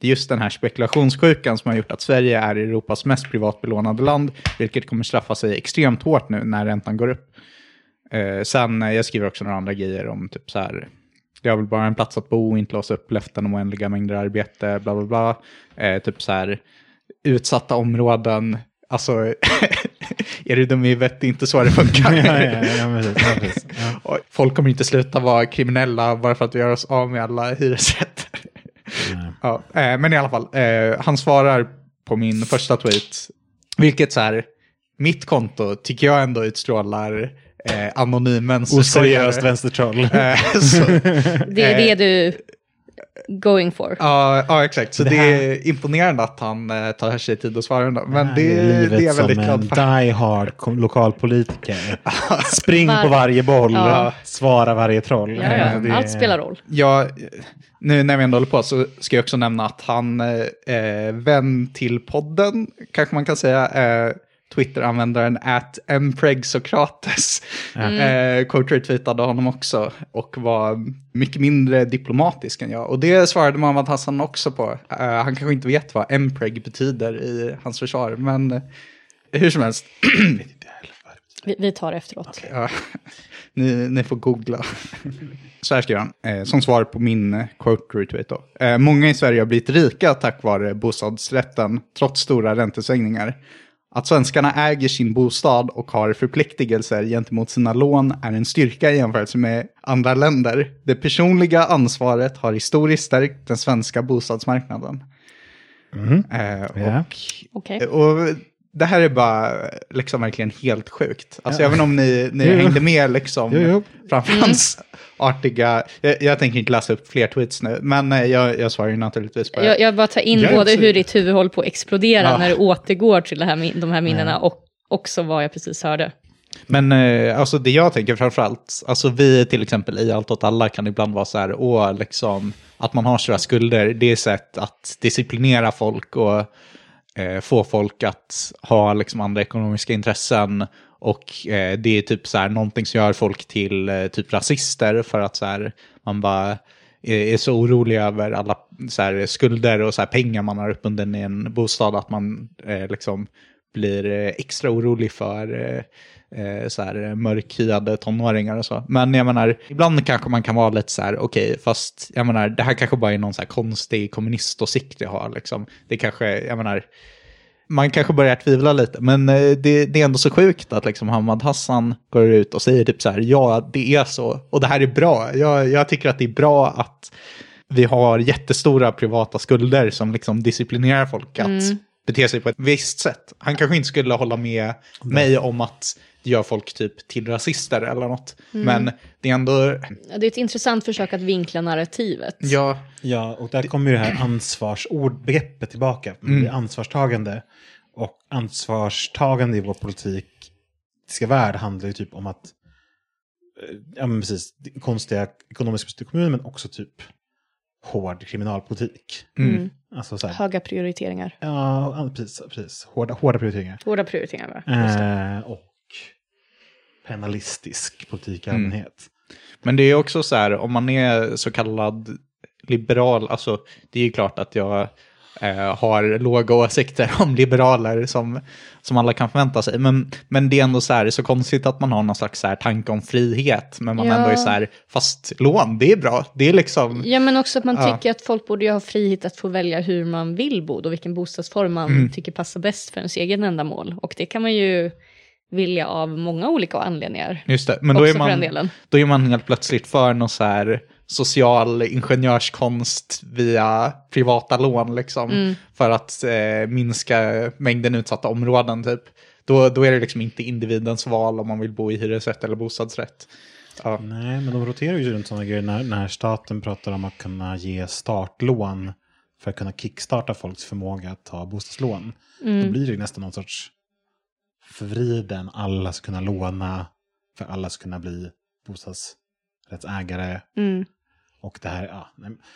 det är just den här spekulationssjukan som har gjort att Sverige är Europas mest privatbelånade land, vilket kommer straffa sig extremt hårt nu när räntan går upp. Sen jag skriver också några andra grejer om typ så här, det har väl bara en plats att bo, inte låsa upp löften om oändliga mängder arbete, bla bla bla. Typ så här, utsatta områden, alltså är du dum i vet, det är inte så det funkar. Precis. Och folk kommer inte sluta vara kriminella bara för att vi gör oss av med alla hyresrätter. Ja, men i alla fall, han svarar på min första tweet, vilket så här, mitt konto tycker jag ändå utstrålar anonymens oseriöst vänstertroll. Det är det du going for. Ja, exakt. Så det är imponerande att han tar sig tid att svara ändå. Men det är jag väldigt glad för. Som en die-hard lokalpolitiker. Spring på varje boll, svara varje troll. Ja. Allt spelar roll. Ja, nu när vi ändå håller på så ska jag också nämna att han vän till podden, kanske man kan säga, Twitter-användaren @mpregsokrates quote-retweetade honom också och var mycket mindre diplomatisk än jag. Och det svarade Mohammad Hassan också på. Han kanske inte vet vad mpreg betyder i hans försvar, men hur som helst. Vi tar det efteråt. Okay, ja. Ni får googla. Så här skriver han, som svar på min quote-retweet då. Många i Sverige har blivit rika tack vare bostadsrätten, trots stora räntesvängningar. Att svenskarna äger sin bostad och har förpliktelser gentemot sina lån är en styrka i jämförelse med andra länder. Det personliga ansvaret har historiskt stärkt den svenska bostadsmarknaden. Och det här är bara liksom verkligen helt sjukt. Alltså även om ni hängde med liksom framför hans artiga... Jag tänker inte läsa upp fler tweets nu, men jag svarar ju naturligtvis på det. Jag bara tar in både hur ditt huvud håller på att explodera när du återgår till de här minnena och också vad jag precis hörde. Men alltså det jag tänker framförallt, alltså vi till exempel i Allt åt alla kan ibland vara så här, liksom, att man har stora skulder, det är ett sätt att disciplinera folk och få folk att ha liksom andra ekonomiska intressen, och det är typ så här någonting som gör folk till typ rasister, för att så här, man bara är så orolig över alla så här skulder och så här pengar man har uppbunden i en bostad att man liksom blir extra orolig för så här mörkhyade tonåringar och så. Men jag menar, ibland kanske man kan vara lite så här, okej, fast jag menar, det här kanske bara är någon så här konstig kommuniståsikt jag har liksom. Det kanske, jag menar, man kanske börjar tvivla lite, men det är ändå så sjukt att liksom Mohammad Hassan går ut och säger typ så här, ja, det är så, och det här är bra. Jag tycker att det är bra att vi har jättestora privata skulder som liksom disciplinerar folk att bete sig på ett visst sätt. Han kanske inte skulle hålla med mig om att det gör folk typ till rasister eller något. Men det är ändå... Det är ett intressant försök att vinkla narrativet. Ja, och där kommer ju det här ansvarsordbegreppet tillbaka. Ansvarstagande. Och ansvarstagande i vår politiska värld handlar ju typ om att ja men precis, konstiga ekonomiska beslut i kommunen, men också typ hård kriminalpolitik. Alltså så här, höga prioriteringar. Ja, precis. Hårda prioriteringar. Hårda prioriteringar, va? Och penalistisk politik i allmänhet. Men det är också så här, om man är så kallad liberal, alltså det är ju klart att jag har låga åsikter om liberaler som alla kan förvänta sig. Men det är ändå så här, så konstigt att man har någon slags så här tanke om frihet, men man ändå är så här, fast lån, det är bra. Det är liksom... Ja, men också att man tycker att folk borde ha frihet att få välja hur man vill bo och vilken bostadsform man tycker passar bäst för ens egen ändamål. Och det kan man ju vilja av många olika anledningar. Just det, men då är man helt plötsligt för någon så här social ingenjörskonst via privata lån liksom, för att minska mängden utsatta områden typ. Då är det liksom inte individens val om man vill bo i hyresrätt eller bostadsrätt. Ja. Nej, men de roterar ju runt sådana grejer när staten pratar om att kunna ge startlån för att kunna kickstarta folks förmåga att ta bostadslån. Då blir det nästan någon sorts förvriden, alla ska kunna låna för alla ska kunna bli bostadsrättsägare. Och det här,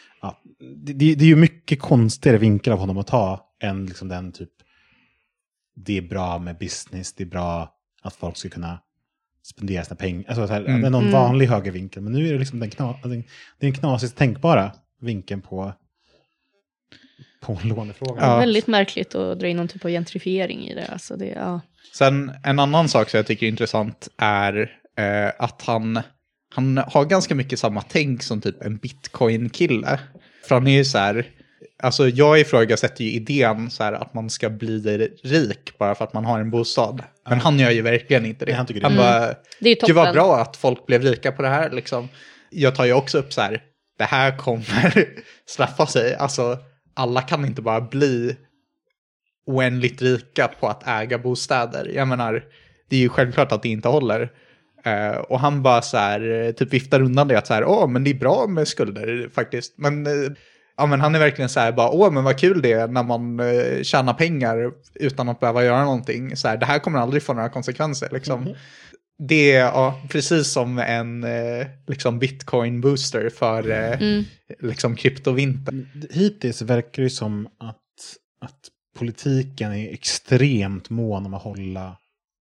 det är ju mycket konstigare vinkel av honom att ta än liksom den typ, det är bra med business, det är bra att folk ska kunna spendera sina pengar. Alltså det är någon vanlig högervinkel, men nu är det liksom den knasigt tänkbara vinkeln på på lånefrågan. Ja. Väldigt märkligt att dra in någon typ av gentrifiering i det. Alltså det ja. Sen en annan sak som jag tycker är intressant är att han har ganska mycket samma tänk som typ en bitcoin-kille. För han är ju så här, alltså jag ifrågasätter ju idén så här att man ska bli rik bara för att man har en bostad. Men han gör ju verkligen inte det. Nej, han tycker han bara, Det är det var toppen. bra att folk blev rika på det här liksom. Jag tar ju också upp så här, det här kommer straffa sig. Alltså alla kan inte bara bli oändligt rika på att äga bostäder. Jag menar, det är ju självklart att det inte håller. Och han bara så här, typ viftar undan det att så här, men det är bra med skulder faktiskt. Men, men han är verkligen så här, bara, men vad kul det är när man tjänar pengar utan att behöva göra någonting. Så här, det här kommer aldrig få några konsekvenser liksom. Det är precis som en liksom bitcoin-booster för liksom kryptovinter. Hittills verkar det som att politiken är extremt mån om att hålla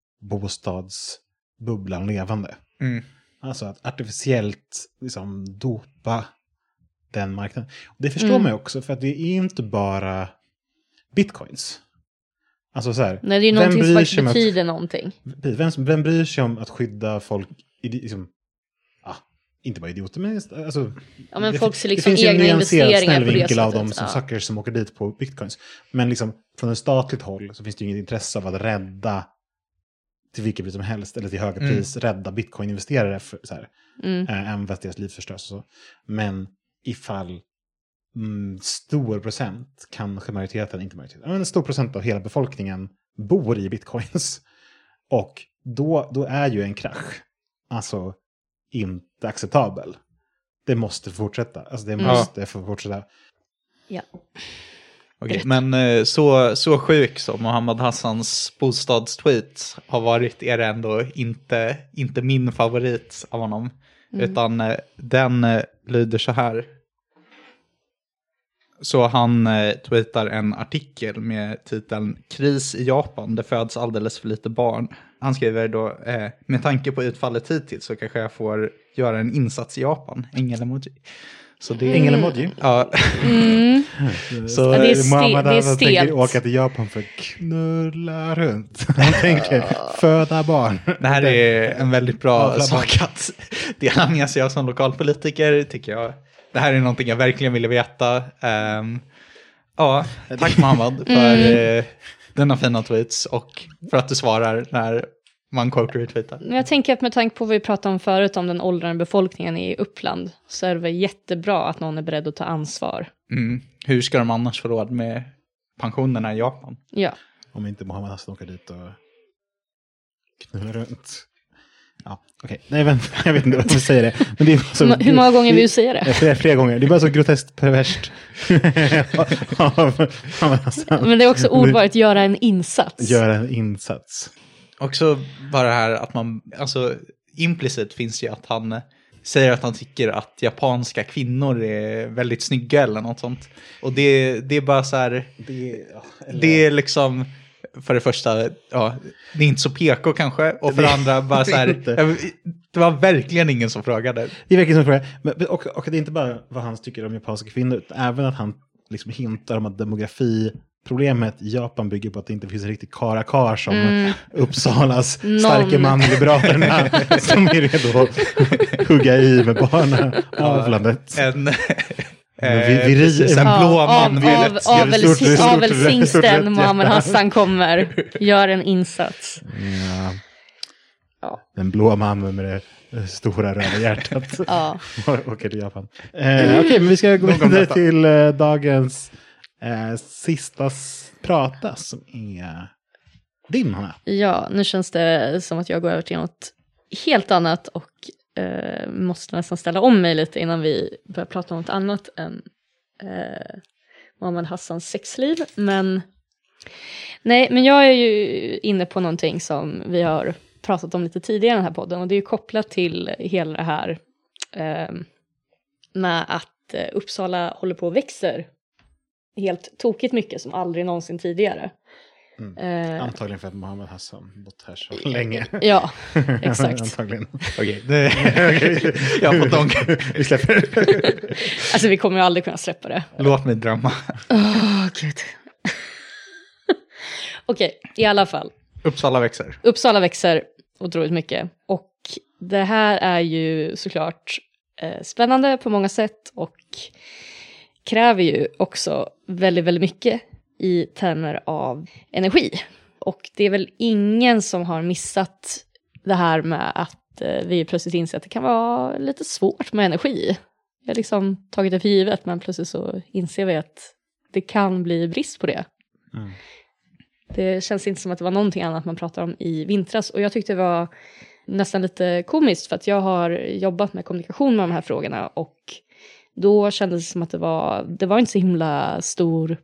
bostadsbubblan levande. Alltså att artificiellt liksom dopa den marknaden. Och det förstår man ju också, för att det är inte bara bitcoins. Alltså så här, Nej, det är någonting som faktiskt betyder någonting. Vem bryr sig om att skydda folk liksom, inte bara idioter, men alltså, Ja, men folks det liksom finns ju egna en nyanserad investeringar på det snällvinkel av sättet. dem som suckers som åker dit på bitcoins. Men liksom från ett statligt håll så finns det ju inget intresse av att rädda till vilket pris som helst eller till höga pris rädda bitcoin-investerare för så här, även fast deras liv förstörs och så. Men ifall stor procent, kanske majoriteten, inte majoriteten, men en stor procent av hela befolkningen bor i bitcoins. Och då är ju en krasch alltså inte acceptabel. Det måste fortsätta. Alltså det måste få fortsätta. Ja. Okej, men så sjuk som Mohammed Hassans bostadstweet har varit är det ändå inte min favorit av honom. Utan den lyder så här. Så han tweetar en artikel med titeln Kris i Japan, det föds alldeles för lite barn. Han skriver då, med tanke på utfallet hittills så kanske jag får göra en insats i Japan. Ängel-emoji. Så det är Ängel-emoji? Ja. Så det är Mohammed stelt. tänker åka till Japan för att knulla runt. Han tänker föda barn. Det här är en väldigt bra sak att dela med sig av som lokalpolitiker, tycker jag. Det här är någonting jag verkligen ville veta. Tack Mohammed för denna fina tweets och för att du svarar när man quote-retweetar. Jag tänker att med tanke på vad vi pratade om förut om den åldrande befolkningen i Uppland så är det väl jättebra att någon är beredd att ta ansvar. Hur ska de annars få råd med pensionerna i Japan? Ja. Om inte Mohammed Hassan åker dit och knullar runt. Ja, okej. Nej, men jag vet inte vad jag säger det. Men det är så, Hur många gånger vill du säga det? Flera gånger. Det är bara så groteskt perverst. Men det är också ordvaret göra en insats. Göra en insats. Också bara det här att man, alltså implicit finns ju att han säger att han tycker att japanska kvinnor är väldigt snygga eller något sånt. Och det är bara så här, det är liksom, för det första, det är inte så PK kanske. Och för det andra, bara så här, det var verkligen ingen som frågade. Det är verkligen som frågade. Och det är inte bara vad han tycker om japanska kvinnor, utan även att han liksom hintar om att demografiproblemet i Japan bygger på att det inte finns en riktig karakar som Uppsalas starka man-liberalerna som är redo att hugga i med barnavlandet. En blå man avelshingsten Mohammed Hassan kommer gör en insats. Ja. Den blå mannen med det stora röda hjärtat. Åker till Japan. Okej, men vi ska gå vidare till dagens sista prata som är din, Hanna. Ja, nu känns det som att jag går över till något helt annat och måste nästan ställa om mig lite innan vi börjar prata om något annat än Mohammed Hassans sexliv. Men jag är ju inne på någonting som vi har pratat om lite tidigare i den här podden, och det är ju kopplat till hela det här med att Uppsala håller på och växer helt tokigt mycket som aldrig någonsin tidigare. Antagligen för att Mohammed Hassan bott här så länge. Ja, exakt. Antagligen. Okej, jag har fått dem. Vi släpper. Alltså vi kommer ju aldrig kunna släppa det. Låt mig drömma. Gud. Okej, i alla fall. Uppsala växer otroligt mycket. Och det här är ju såklart spännande på många sätt. Och kräver ju också väldigt, väldigt mycket i termer av energi. Och det är väl ingen som har missat det här med att vi plötsligt inser att det kan vara lite svårt med energi. Vi har liksom tagit det för givet, men plötsligt så inser vi att det kan bli brist på det. Mm. Det känns inte som att det var någonting annat man pratar om i vintras. Och jag tyckte det var nästan lite komiskt, för att jag har jobbat med kommunikation med de här frågorna. Och då kändes det som att det var inte så himla stor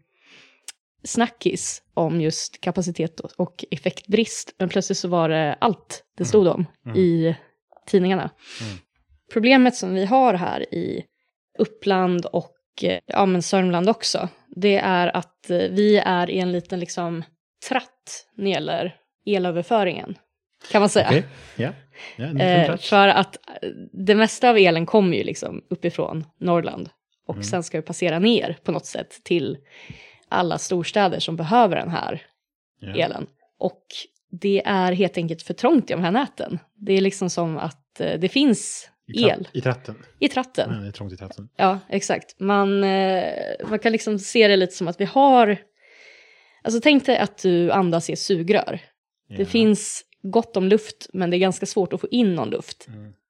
snackis om just kapacitet och effektbrist. Men plötsligt så var det allt det stod om i tidningarna. Mm. Problemet som vi har här i Uppland och Sörmland också, det är att vi är i en liten liksom tratt när det gäller elöverföringen, kan man säga. Okay. Yeah. För att det mesta av elen kommer ju liksom uppifrån Norrland och sen ska det passera ner på något sätt till alla storstäder som behöver den här elen. Och det är helt enkelt för trångt i de här näten. Det är liksom som att det finns el. I tratten? I tratten. Ja, det är trångt i tratten. Ja, exakt. Man kan liksom se det lite som att vi har... Alltså tänk dig att du andas i ett sugrör. Yeah. Det finns gott om luft, men det är ganska svårt att få in någon luft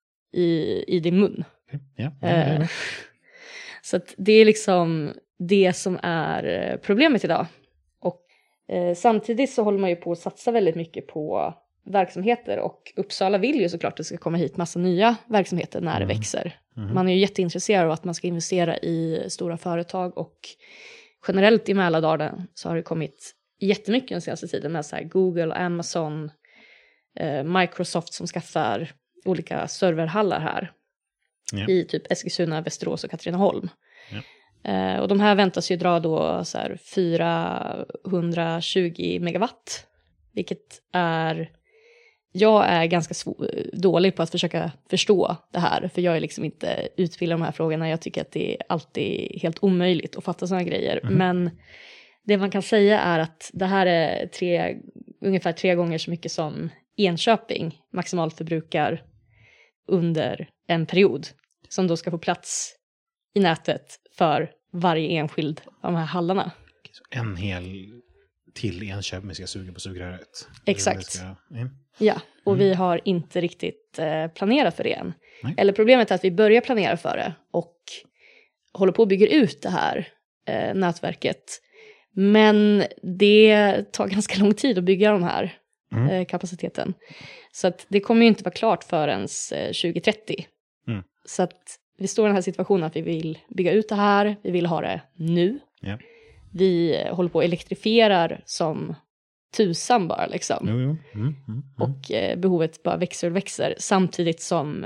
i din mun. Okay. Så att det är liksom det som är problemet idag. Och samtidigt så håller man ju på att satsa väldigt mycket på verksamheter. Och Uppsala vill ju såklart att det ska komma hit massa nya verksamheter när det växer. Man är ju jätteintresserad av att man ska investera i stora företag. Och generellt i Mälardalen så har det kommit jättemycket den senaste tiden med så här Google, Amazon, Microsoft som skaffar olika serverhallar här. I typ Eskilstuna, Västerås och Katrineholm. Och de här väntas ju dra då så här 420 megawatt. Vilket är... Jag är ganska dålig på att försöka förstå det här. För jag är liksom inte utbildad i de här frågorna. Jag tycker att det är alltid helt omöjligt att fatta sådana grejer. Men det man kan säga är att det här är ungefär 3 gånger så mycket som Enköping maximalt förbrukar under en period. Som då ska få plats i nätet för varje enskild av de här hallarna. Så en hel till Enköping ska suga på sugröret. Exakt. Ja, och vi har inte riktigt planerat för det än. Nej. Eller problemet är att vi börjar planera för det och håller på att bygga ut det här nätverket. Men det tar ganska lång tid att bygga de här kapaciteten. Så att det kommer ju inte vara klart förrän 2030. Så att vi står i den här situationen att vi vill bygga ut det här. Vi vill ha det nu. Ja. Vi håller på att elektrifierar som tusan bara liksom. Och behovet bara växer och växer. Samtidigt som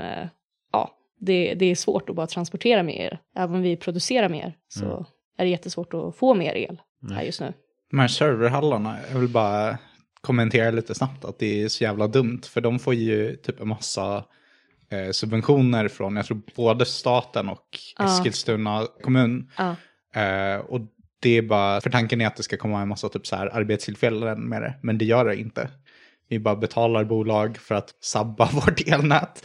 det är svårt att bara transportera mer. Även om vi producerar mer så är det jättesvårt att få mer el här just nu. De här serverhallarna, jag vill bara kommentera lite snabbt att det är så jävla dumt. För de får ju typ en massa subventioner från, jag tror både staten och Eskilstuna kommun. Och det är bara, för tanken är att det ska komma en massa typ så här arbetstillfällen med det. Men det gör det inte. Vi bara betalar bolag för att sabba vårt elnät.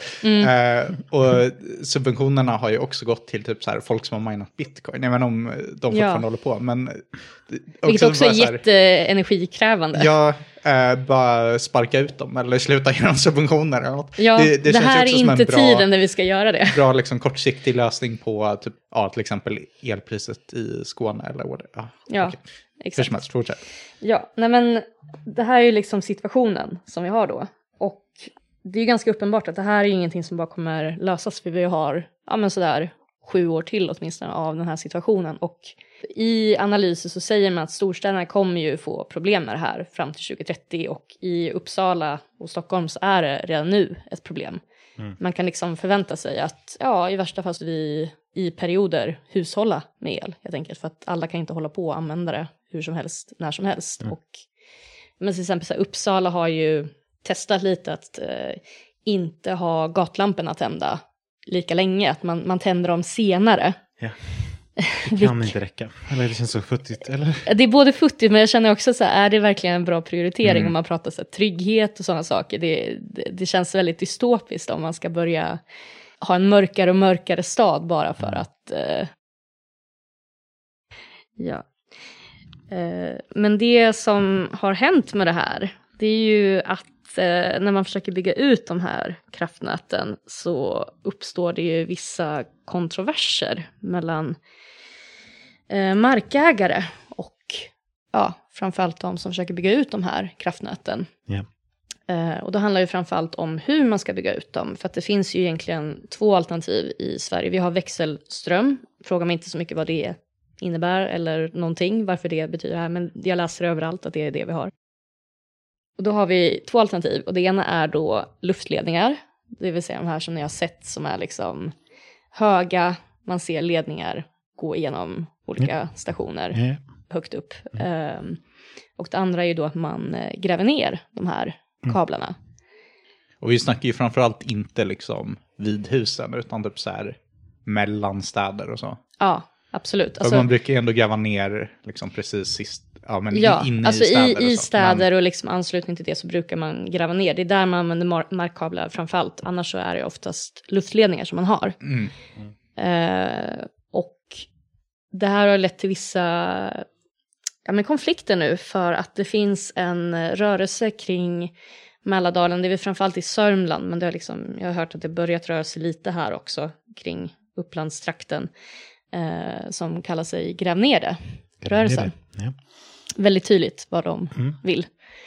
Och subventionerna har ju också gått till typ så här folk som har minat bitcoin. Jag vet inte om de fortfarande håller på. Men vilket också är jätteenergikrävande. Ja, bara sparka ut dem eller sluta ge dem subventioner eller något. Ja, det här är inte tiden när vi ska göra det. Bra liksom kortsiktig lösning på typ, till exempel elpriset i Skåne eller vad det är. Ja, okay. exakt. Fortsätt. Ja, nej men det här är ju liksom situationen som vi har då. Och det är ju ganska uppenbart att det här är ingenting som bara kommer lösas. För vi har sådär 7 år till åtminstone av den här situationen. Och i analyser så säger man att storstäderna kommer ju få problem med det här fram till 2030. Och i Uppsala och Stockholm så är det redan nu ett problem. Man kan liksom förvänta sig att i värsta fall vi i perioder hushålla med el helt enkelt. För att alla kan inte hålla på och använda det hur som helst, när som helst. Och Men till exempel så här, Uppsala har ju testat lite att inte ha gatlamporna tända lika länge. Att man tänder dem senare. Ja. Det kan inte räcka. Eller det känns så futtigt, eller? Det är både futtigt, men jag känner också så här, är det verkligen en bra prioritering om man pratar så här, trygghet och sådana saker? Det känns väldigt dystopiskt om man ska börja ha en mörkare och mörkare stad bara för att... Men det som har hänt med det här, det är ju att när man försöker bygga ut de här kraftnäten så uppstår det ju vissa kontroverser mellan markägare och framförallt de som försöker bygga ut de här kraftnäten. Yeah. Och då handlar det framförallt om hur man ska bygga ut dem. För att det finns ju egentligen 2 alternativ i Sverige. Vi har växelström. Fråga mig inte så mycket vad det innebär eller någonting, varför det betyder det här. Men jag läser överallt att det är det vi har. Och då har vi 2 alternativ. Och det ena är då luftledningar. Det vill säga de här som ni har sett som är liksom höga. Man ser ledningar gå igenom olika stationer högt upp. Och det andra är ju då att man gräver ner de här kablarna. Och vi snackar ju framförallt inte liksom vid husen utan typ så här mellan städer och så. Ja, absolut. Alltså, man brukar ju ändå gräva ner liksom precis sist, inne alltså i städer. I städer och liksom anslutning till det så brukar man gräva ner. Det är där man använder markkablar framförallt. Annars så är det oftast luftledningar som man har. Och det här har lett till vissa konflikter nu för att det finns en rörelse kring Mälardalen. Det är väl framförallt i Sörmland, men det har jag har hört att det börjat röra sig lite här också kring Upplandstrakten som kallar sig Gräv ner det-rörelsen. Ja. Väldigt tydligt vad de vill.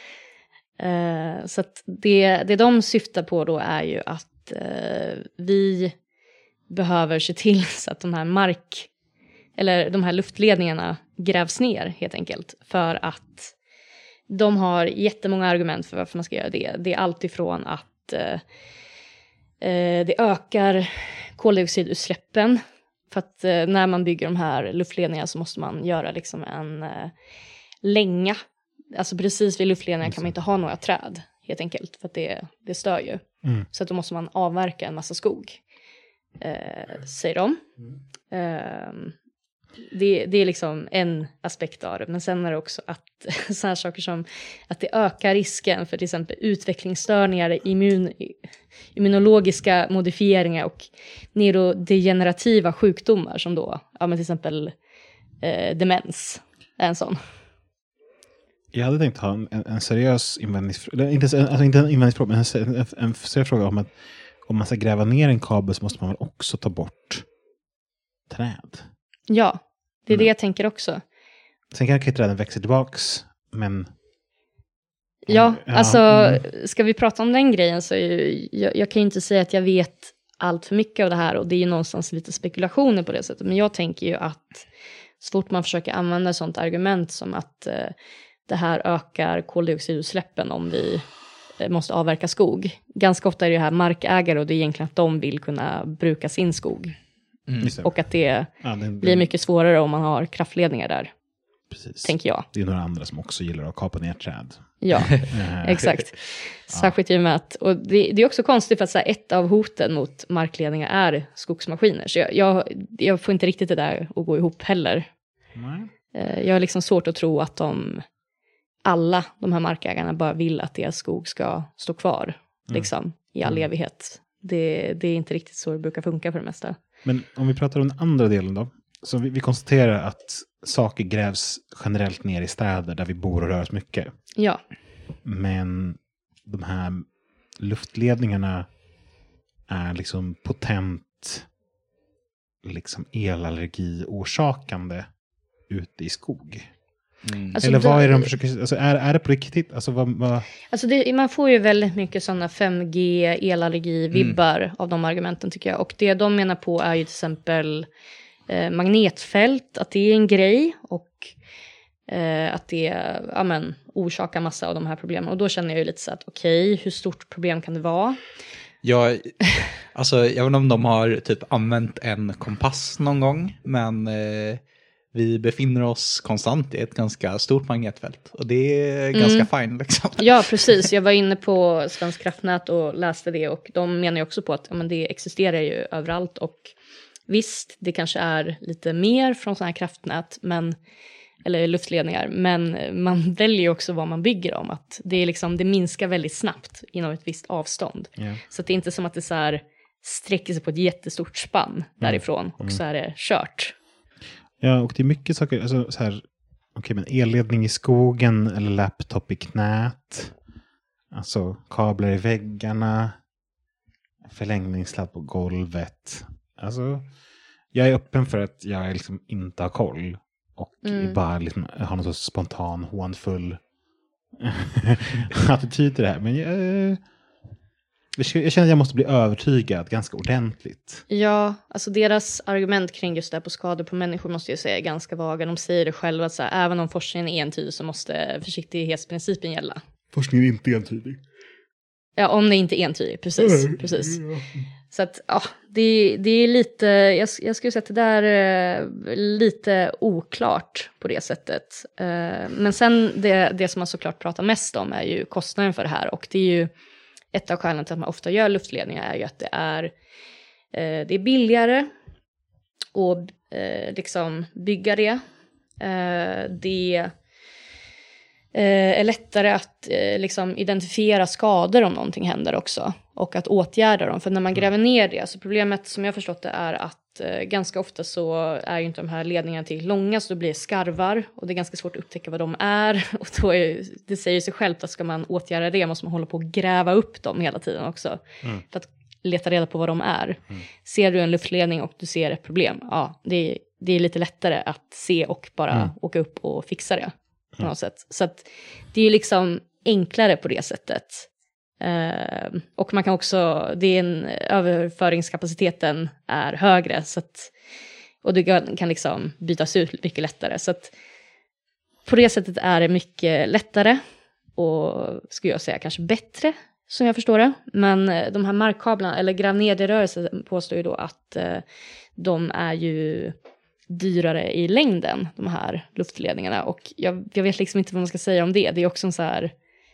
Så att det de syftar på då är ju att vi behöver se till så att de här luftledningarna grävs ner helt enkelt. För att de har jättemånga argument för varför man ska göra det. Det är allt ifrån att det ökar koldioxidutsläppen. För att när man bygger de här luftledningarna så måste man göra liksom en länga. Alltså precis vid luftledningar kan man inte ha några träd helt enkelt. För att det stör ju. Så att då måste man avverka en massa skog. Säger de. Det är liksom en aspekt av det. Men sen är det också att så här saker som att det ökar risken för till exempel utvecklingsstörningar, immunologiska modifieringar och neurodegenerativa sjukdomar som då, till exempel demens är en sån. Jag hade tänkt ha en seriös invändningsfråga, inte en invändningsfråga, men en seriös fråga om att om man ska gräva ner en kabel så måste man väl också ta bort träd. Ja, det är det jag tänker också. Sen kan träden växa tillbaks, men... Ska vi prata om den grejen så jag kan ju inte säga att jag vet allt för mycket av det här och det är ju någonstans lite spekulationer på det sättet. Men jag tänker ju att så fort man försöker använda ett sånt argument som att det här ökar koldioxidutsläppen om vi måste avverka skog. Ganska ofta är det här markägare och det är egentligen att de vill kunna bruka sin skog. Och att det blir mycket svårare om man har kraftledningar där. Precis. Tänker jag. Det är några andra som också gillar att kapa ner träd. Ja, exakt. Särskilt i och med att, och det är också konstigt för att så här, ett av hoten mot markledningar är skogsmaskiner. Så jag får inte riktigt det där att gå ihop heller. Jag har liksom svårt att tro att alla de här markägarna bara vill att deras skog ska stå kvar liksom, i all evighet. Det är inte riktigt så det brukar funka för det mesta. Men om vi pratar om den andra delen då. Så vi konstaterar att saker grävs generellt ner i städer där vi bor och rör oss mycket. Ja. Men de här luftledningarna är liksom potent liksom elallergiorsakande ute i skog. Alltså eller vad är det de försöker... Alltså är det på riktigt? Alltså, alltså man får ju väldigt mycket sådana 5G, elallergi-vibbar av de argumenten tycker jag. Och det de menar på är ju till exempel magnetfält, att det är en grej. Och att det orsakar massa av de här problemen. Och då känner jag ju lite så att okej, hur stort problem kan det vara? Ja, alltså jag vet inte om de har typ använt en kompass någon gång. Men vi befinner oss konstant i ett ganska stort magnetfält. Och det är ganska fint liksom. Ja, precis. Jag var inne på Svensk kraftnät och läste det. Och de menar ju också på att det existerar ju överallt. Och visst, det kanske är lite mer från sådana här kraftnät. Eller luftledningar. Men man väljer ju också vad man bygger om. Att det, är liksom, det minskar väldigt snabbt inom ett visst avstånd. Yeah. Så att det är inte som att det så här sträcker sig på ett jättestort spann därifrån. Och så är det kört. Ja, och det är mycket saker, alltså så här, men elledning i skogen eller laptop i knät, alltså kablar i väggarna, förlängningssladd på golvet. Alltså, jag är öppen för att jag liksom inte har koll och bara liksom har någon så spontan, hånfull attityd till det här. Men jag känner att jag måste bli övertygad ganska ordentligt. Ja, alltså deras argument kring just det här på skador på människor måste jag säga är ganska vaga. De säger det själva att så här, även om forskningen är entydig så måste försiktighetsprincipen gälla. Forskningen är inte entydig. Ja, om det inte är entydig, precis. Så att, ja, det är lite, jag skulle säga att det där är lite oklart på det sättet. Men sen det som man såklart pratar mest om är ju kostnaden för det här. Och det är ju ett av skälen till att man ofta gör luftledningar är ju att det är billigare att liksom bygga det. Det är lättare att liksom identifiera skador om någonting händer också. Och att åtgärda dem. För när man gräver ner det, så problemet som jag har förstått det är att ganska ofta så är ju inte de här ledningarna till långa, så då blir det skarvar. Och det är ganska svårt att upptäcka vad de är. Och då det säger sig självt att ska man åtgärda det måste man hålla på att gräva upp dem hela tiden också. För att leta reda på vad de är. Ser du en luftledning och du ser ett problem, ja, det är lite lättare att se och bara åka upp och fixa det på något sätt. Så att det är ju liksom enklare på det sättet. Och man kan också, överföringskapaciteten är högre, så att, och det kan liksom bytas ut mycket lättare, så att på det sättet är det mycket lättare och skulle jag säga kanske bättre som jag förstår det. Men de här markkablarna eller gravnederrörelser påstår ju då att de är ju dyrare i längden, de här luftledningarna, och jag vet liksom inte vad man ska säga om det. Det är också en så här,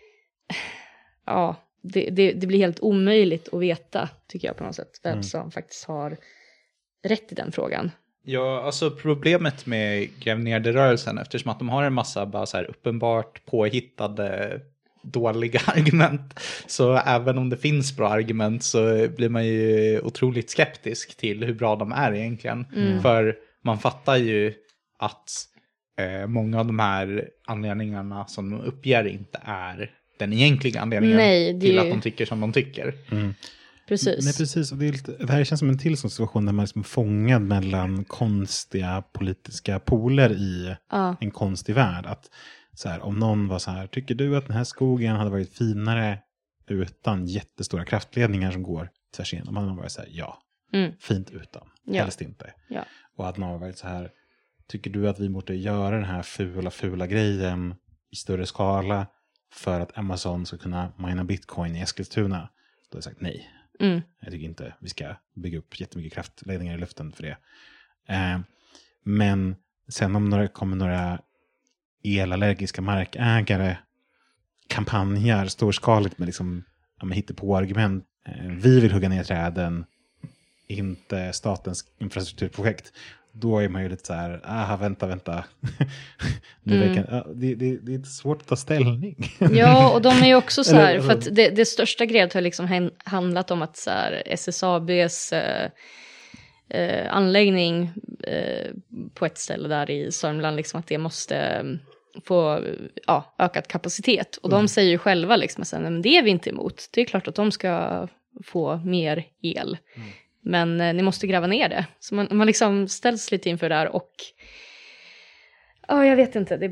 ja, det blir helt omöjligt att veta, tycker jag på något sätt, vem som faktiskt har rätt i den frågan. Ja, alltså problemet med gravnederrörelsen, eftersom att de har en massa bara så här uppenbart påhittade dåliga argument, så även om det finns bra argument så blir man ju otroligt skeptisk till hur bra de är egentligen. För man fattar ju att många av de här anledningarna som de uppger inte är den egentliga anledningen till att de tycker som de tycker. Precis. Nej, precis. Och det här känns som en till situation där man liksom är fångad mellan konstiga politiska poler i en konstig värld. Att så här, om någon var så här, tycker du att den här skogen hade varit finare utan jättestora kraftledningar som går tvärs igenom? Man hade varit så här, ja. Fint utan. Helst inte. Ja. Och att någon varit så här, tycker du att vi borde göra den här fula grejen i större skala för att Amazon ska kunna mina bitcoin i Eskilstuna? Då har jag sagt nej. Jag tycker inte vi ska bygga upp jättemycket kraftledningar i luften för det. Men sen om det kommer några elallergiska markägare kampanjer storskaligt med liksom, hittepå-argument. Vi vill hugga ner träden, inte statens infrastrukturprojekt. Då är man ju lite så här, vänta. Det är svårt att ta ställning. Ja, och de är ju också så här, för att det största grejet har liksom handlat om att så här, SSABs anläggning på ett ställe där i Sörmland, liksom att det måste få ökad kapacitet. Och de säger ju själva liksom, men det är vi inte emot. Det är klart att de ska få mer el. Men ni måste gräva ner det. Så man liksom ställs lite inför det där. Och jag vet inte. Det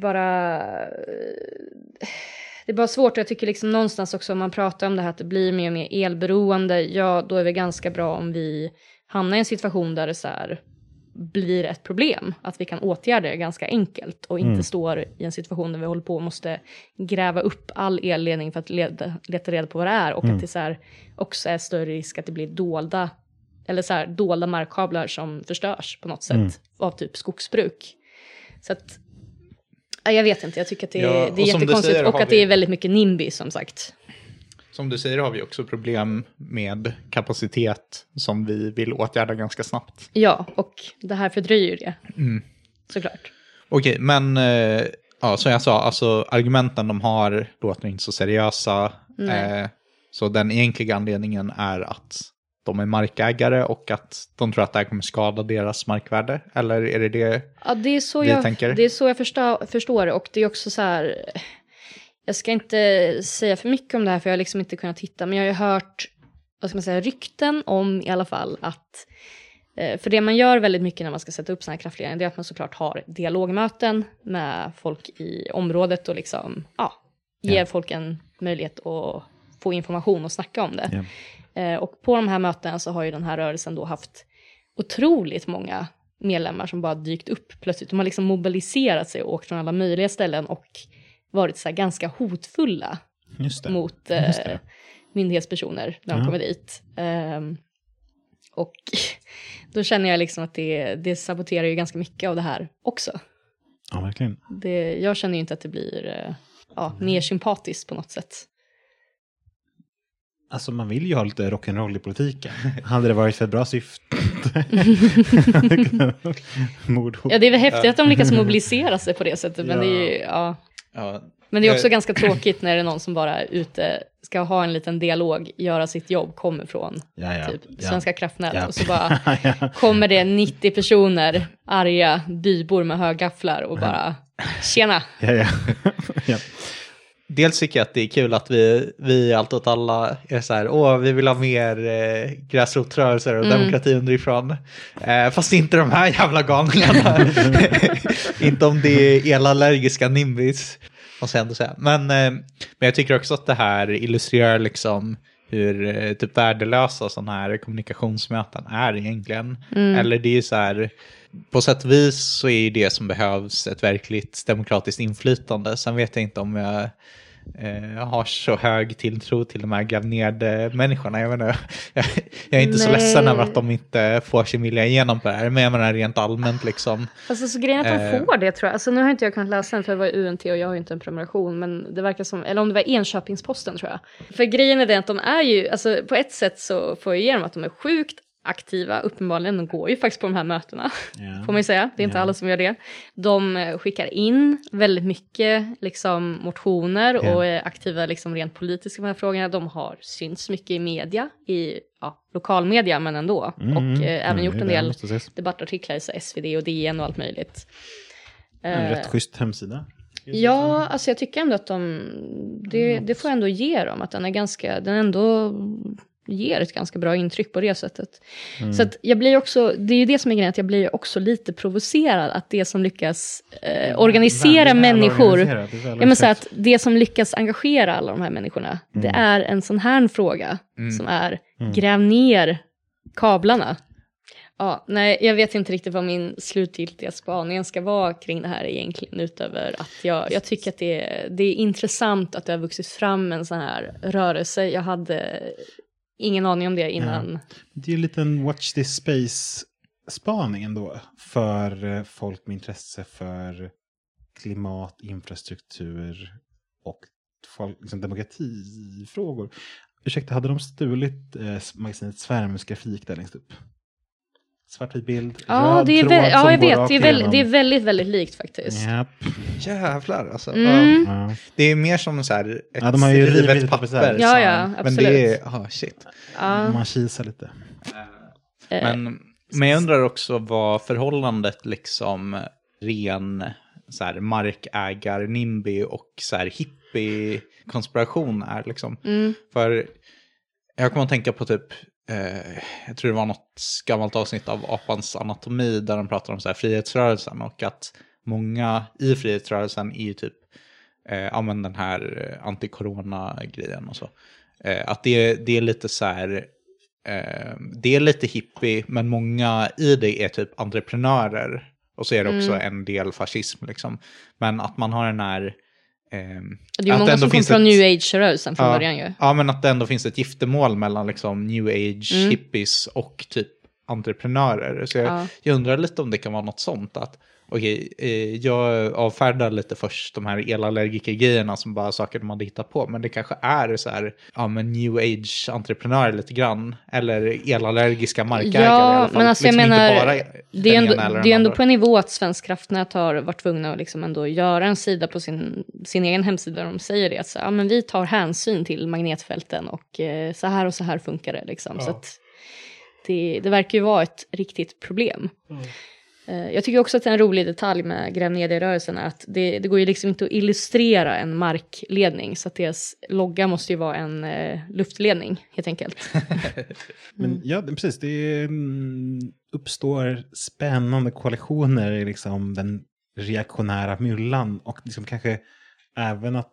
är bara svårt. Och jag tycker liksom någonstans också, om man pratar om det här att det blir mer och mer elberoende. Ja, då är det ganska bra om vi hamnar i en situation där det så här blir ett problem. Att vi kan åtgärda det ganska enkelt. Och inte står i en situation där vi håller på och måste gräva upp all elledning för att leta reda på vad det är. Och att det så här också är större risk att det blir dolda markkablar som förstörs på något sätt av typ skogsbruk. Så att, jag vet inte, jag tycker att det är och jättekonstigt. säger, och att det är väldigt mycket NIMBY som sagt. Som du säger har vi också problem med kapacitet som vi vill åtgärda ganska snabbt. Ja, och det här fördröjer det. Såklart. Okej, men som jag sa, alltså argumenten de har låter inte så seriösa. Så den egentliga anledningen är att de är markägare och att de tror att det här kommer skada deras markvärde. Eller är det Ja, det är så tänker? Det är så jag förstår det. Och det är också så här... Jag ska inte säga för mycket om det här för jag har liksom inte kunnat hitta. Men jag har ju hört, vad ska man säga, rykten om i alla fall att... För det man gör väldigt mycket när man ska sätta upp såna här kraftledningar, det är att man såklart har dialogmöten med folk i området och liksom, ger folk en möjlighet att få information och snacka om det. Och på de här mötena så har ju den här rörelsen då haft otroligt många medlemmar som bara dykt upp plötsligt. De har liksom mobiliserat sig och åkt från alla möjliga ställen och varit så här ganska hotfulla mot myndighetspersoner när de kommer dit. Och då känner jag liksom att det saboterar ju ganska mycket av det här också. Ja, verkligen. Jag känner ju inte att det blir mer sympatiskt på något sätt. Alltså man vill ju ha lite rock'n'roll i politiken. Hade det varit för ett bra syfte? Ja, det är väl häftigt att de lyckas mobilisera sig på det sättet. Men det är ju, men det är också ganska tråkigt när det är någon som bara ute ska ha en liten dialog, göra sitt jobb, kommer från typ Svenska kraftnät. Och så bara kommer det 90 personer, arga bybor med högafflar och bara, tjena! Dels tycker jag att det är kul att vi allt åt alla är så här, vi vill ha mer gräsrotrörelser och demokrati underifrån. Fast inte de här jävla galningarna. Inte om det är elallergiska nimbis. Måste jag ändå säga. Men jag tycker också att det här illustrerar liksom hur typ värdelösa sådana här kommunikationsmöten är egentligen. Eller det är så här, på sätt och vis så är ju det som behövs ett verkligt demokratiskt inflytande. Sen vet jag inte om jag har så hög tilltro till de här gravnerade människorna. Jag är inte så ledsen över att de inte får sin vilja igenom på det här. Men jag menar rent allmänt liksom. Alltså så grejen att de får det tror jag. Alltså nu har inte jag kunnat läsa den för det var UNT och jag har ju inte en prenumeration. Men det verkar som, eller om det var Enköpingsposten tror jag. För grejen är det att de är ju, alltså på ett sätt så får jag igenom att de är sjukt aktiva, uppenbarligen, de går ju faktiskt på de här mötena, får man ju säga. Det är inte alla som gör det. De skickar in väldigt mycket liksom, motioner och är aktiva liksom, rent politiska med de här frågorna. De har synts mycket i media, i lokalmedia men ändå. Och även gjort en del debattartiklar i SvD och DN och allt möjligt. En rätt schysst hemsida. Ja, alltså jag tycker ändå att det får jag ändå ge dem. Att den ändå ger ett ganska bra intryck på det sättet. Så att jag blir också, det är ju det som är grejen, att jag blir också lite provocerad att det som lyckas organisera människor, men så att det som lyckas engagera alla de här människorna, det är en sån här fråga som är gräv ner kablarna. Ja, nej, jag vet inte riktigt vad min slutgiltiga spaning ska vara kring det här egentligen, utöver att jag tycker att det är intressant att det har vuxit fram en sån här rörelse. Jag hade ingen aning om det innan. Ja. Det är en liten Watch This Space-spaning ändå för folk med intresse för klimat, infrastruktur och liksom demokratifrågor. Ursäkta, hade de stulit magasinet Svärmsgrafik där längst upp? Svartvit bild. Ja, det är jag vet. Det är väldigt, väldigt likt faktiskt. Japp. Jävlar alltså. Det är mer som så här ett de har ju rivet papper. Ja, absolut. Men det är, shit. Man kisar lite. Men jag undrar också vad förhållandet liksom ren så här markägar, NIMBY och så här hippie-konspiration är liksom. För jag kommer att tänka på typ jag tror det var något gammalt avsnitt av Apans anatomi där de pratar om så här frihetsrörelsen och att många i frihetsrörelsen är ju typ den här anti-corona-grejen och så. Att det är lite så här det är lite hippie men många i det är typ entreprenörer och så är det också en del fascism liksom. Men att man har den här det är många som kommer från New Age-rörelsen från början ju. Ja, men att det ändå finns ett giftermål mellan liksom New Age, hippies och typ entreprenörer. Så jag undrar lite om det kan vara något sånt. Att okej, jag avfärdar lite först de här elallergiker-grejerna som bara saker man hittar på, men det kanske är så här, ja men new age-entreprenörer lite grann, eller elallergiska markägare i alla fall. Men alltså liksom jag menar, inte bara det är ändå andra. på en nivå att Svensk Kraftnät har varit tvungna att liksom ändå göra en sida på sin egen hemsida där de säger det, att så, ja, men vi tar hänsyn till magnetfälten och så här funkar det liksom. Ja. Så att det verkar ju vara ett riktigt problem. Jag tycker också att det är en rolig detalj med Gräv ner det-rörelsen är att det går ju liksom inte att illustrera en markledning, så att deras logga måste ju vara en luftledning helt enkelt. Men ja, precis, det uppstår spännande koalitioner i liksom den reaktionära myllan, och liksom kanske även att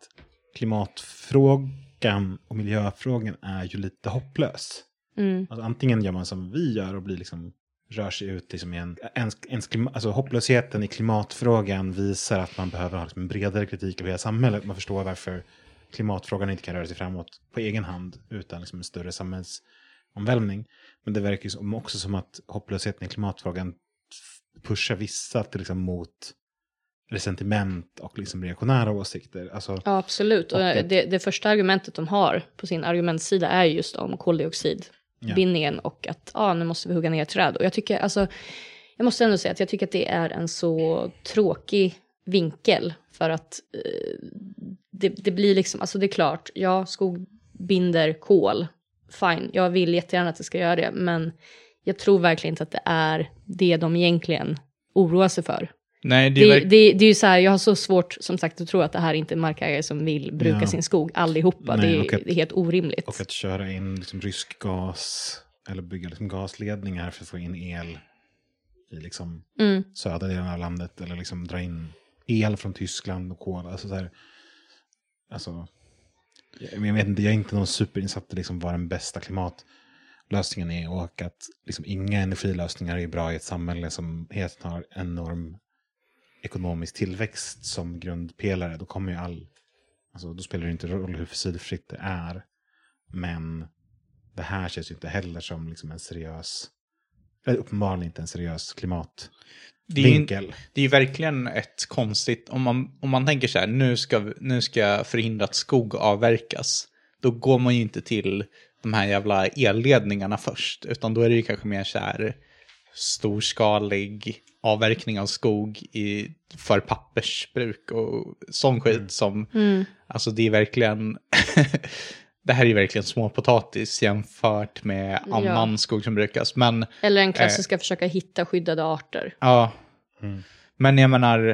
klimatfrågan och miljöfrågan är ju lite hopplös. Alltså, antingen gör man som vi gör och blir liksom rör sig ut liksom i alltså hopplösheten i klimatfrågan visar att man behöver ha liksom en bredare kritik av hela samhället. Man förstår varför klimatfrågan inte kan röra sig framåt på egen hand utan liksom en större samhällsomvälvning. Men det verkar ju också som att hopplösheten i klimatfrågan pushar vissa till liksom mot resentiment och liksom reaktionära åsikter. Alltså, ja, absolut. Och det första argumentet de har på sin argumentsida är just om koldioxidbindningen och att nu måste vi hugga ner träd. Och jag tycker, alltså, jag måste ändå säga att jag tycker att det är en så tråkig vinkel, för att det blir liksom, alltså det är klart, ja, skog binder kol, fine, jag vill jättegärna att det ska göra det, men jag tror verkligen inte att det är det de egentligen oroar sig för. Nej, det är ju så här, jag har så svårt som sagt att tro att det här inte är markägare som vill bruka sin skog allihopa. Nej, det är helt orimligt. Och att köra in liksom rysk gas eller bygga liksom gasledningar för att få in el i liksom södra delen av landet, eller liksom dra in el från Tyskland och kol. Alltså så här, alltså, jag vet inte, jag är inte någon superinsatt i liksom vad den bästa klimatlösningen är, och att liksom inga energilösningar är bra i ett samhälle som helt har enorm ekonomisk tillväxt som grundpelare. Då kommer ju alltså då spelar det inte roll hur fossilfritt det är, men det här känns ju inte heller som liksom en seriös, uppenbarligen inte en seriös klimatvinkel. Det är ju verkligen ett konstigt, om man tänker så här, nu ska förhindra att skog avverkas, då går man ju inte till de här jävla elledningarna först, utan då är det ju kanske mer så här storskalig avverkning av skog för pappersbruk och sån skit som, alltså det är verkligen det här är verkligen småpotatis jämfört med annan skog som brukas. Men, eller en klassiska försöka hitta skyddade arter. Ja, men jag menar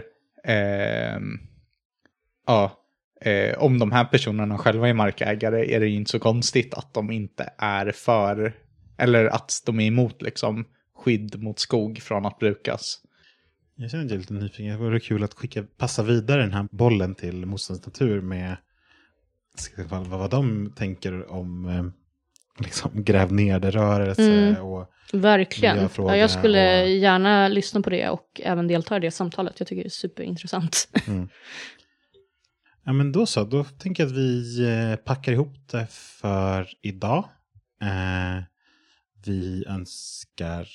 om de här personerna själva är markägare är det ju inte så konstigt att de inte är för, eller att de är emot liksom skydd mot skog från att brukas. Jag känner mig lite nyfiken. Det vore kul att passa vidare den här bollen till Motståndets natur med vad de tänker om liksom gräv ner det rörelse och verkligen. Ja, jag skulle gärna lyssna på det och även delta i det samtalet. Jag tycker det är superintressant. Ja, men då så. Då tänker jag att vi packar ihop det för idag. Vi önskar.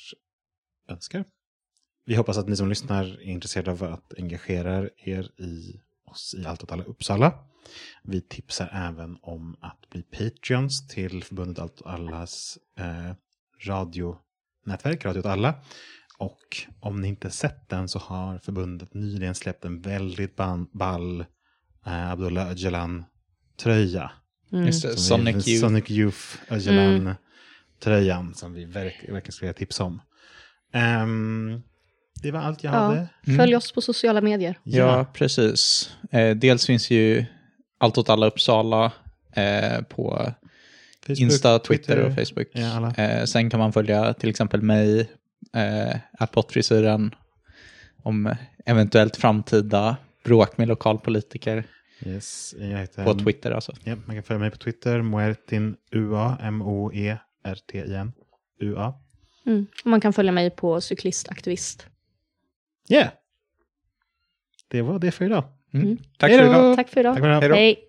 Vi hoppas att ni som lyssnar är intresserade av att engagera er i oss i Allt åt alla Uppsala. Vi tipsar även om att bli Patreons till förbundet Allt åt allas radionätverk, Radio åt alla. Och om ni inte sett den så har förbundet nyligen släppt en väldigt ball Abdullah Öcalan-tröja. Sonic Youth Öcalan-tröjan som vi verkligen skulle tipsa om. Det var allt jag hade. Följ oss på sociala medier. Ja, precis. Dels finns ju Allt åt alla Uppsala på Facebook, Insta, Twitter och Facebook. Ja, sen kan man följa till exempel mig, @pottfrisyren, om eventuellt framtida bråk med lokalpolitiker. Yes, jag heter, på Twitter alltså. Ja, man kan följa mig på Twitter, Moertin UA, MOERTIN UA. Man kan följa mig på cyklistaktivist. Ja. Yeah. Det var det för idag. Tack för idag. Tack för idag. Hej.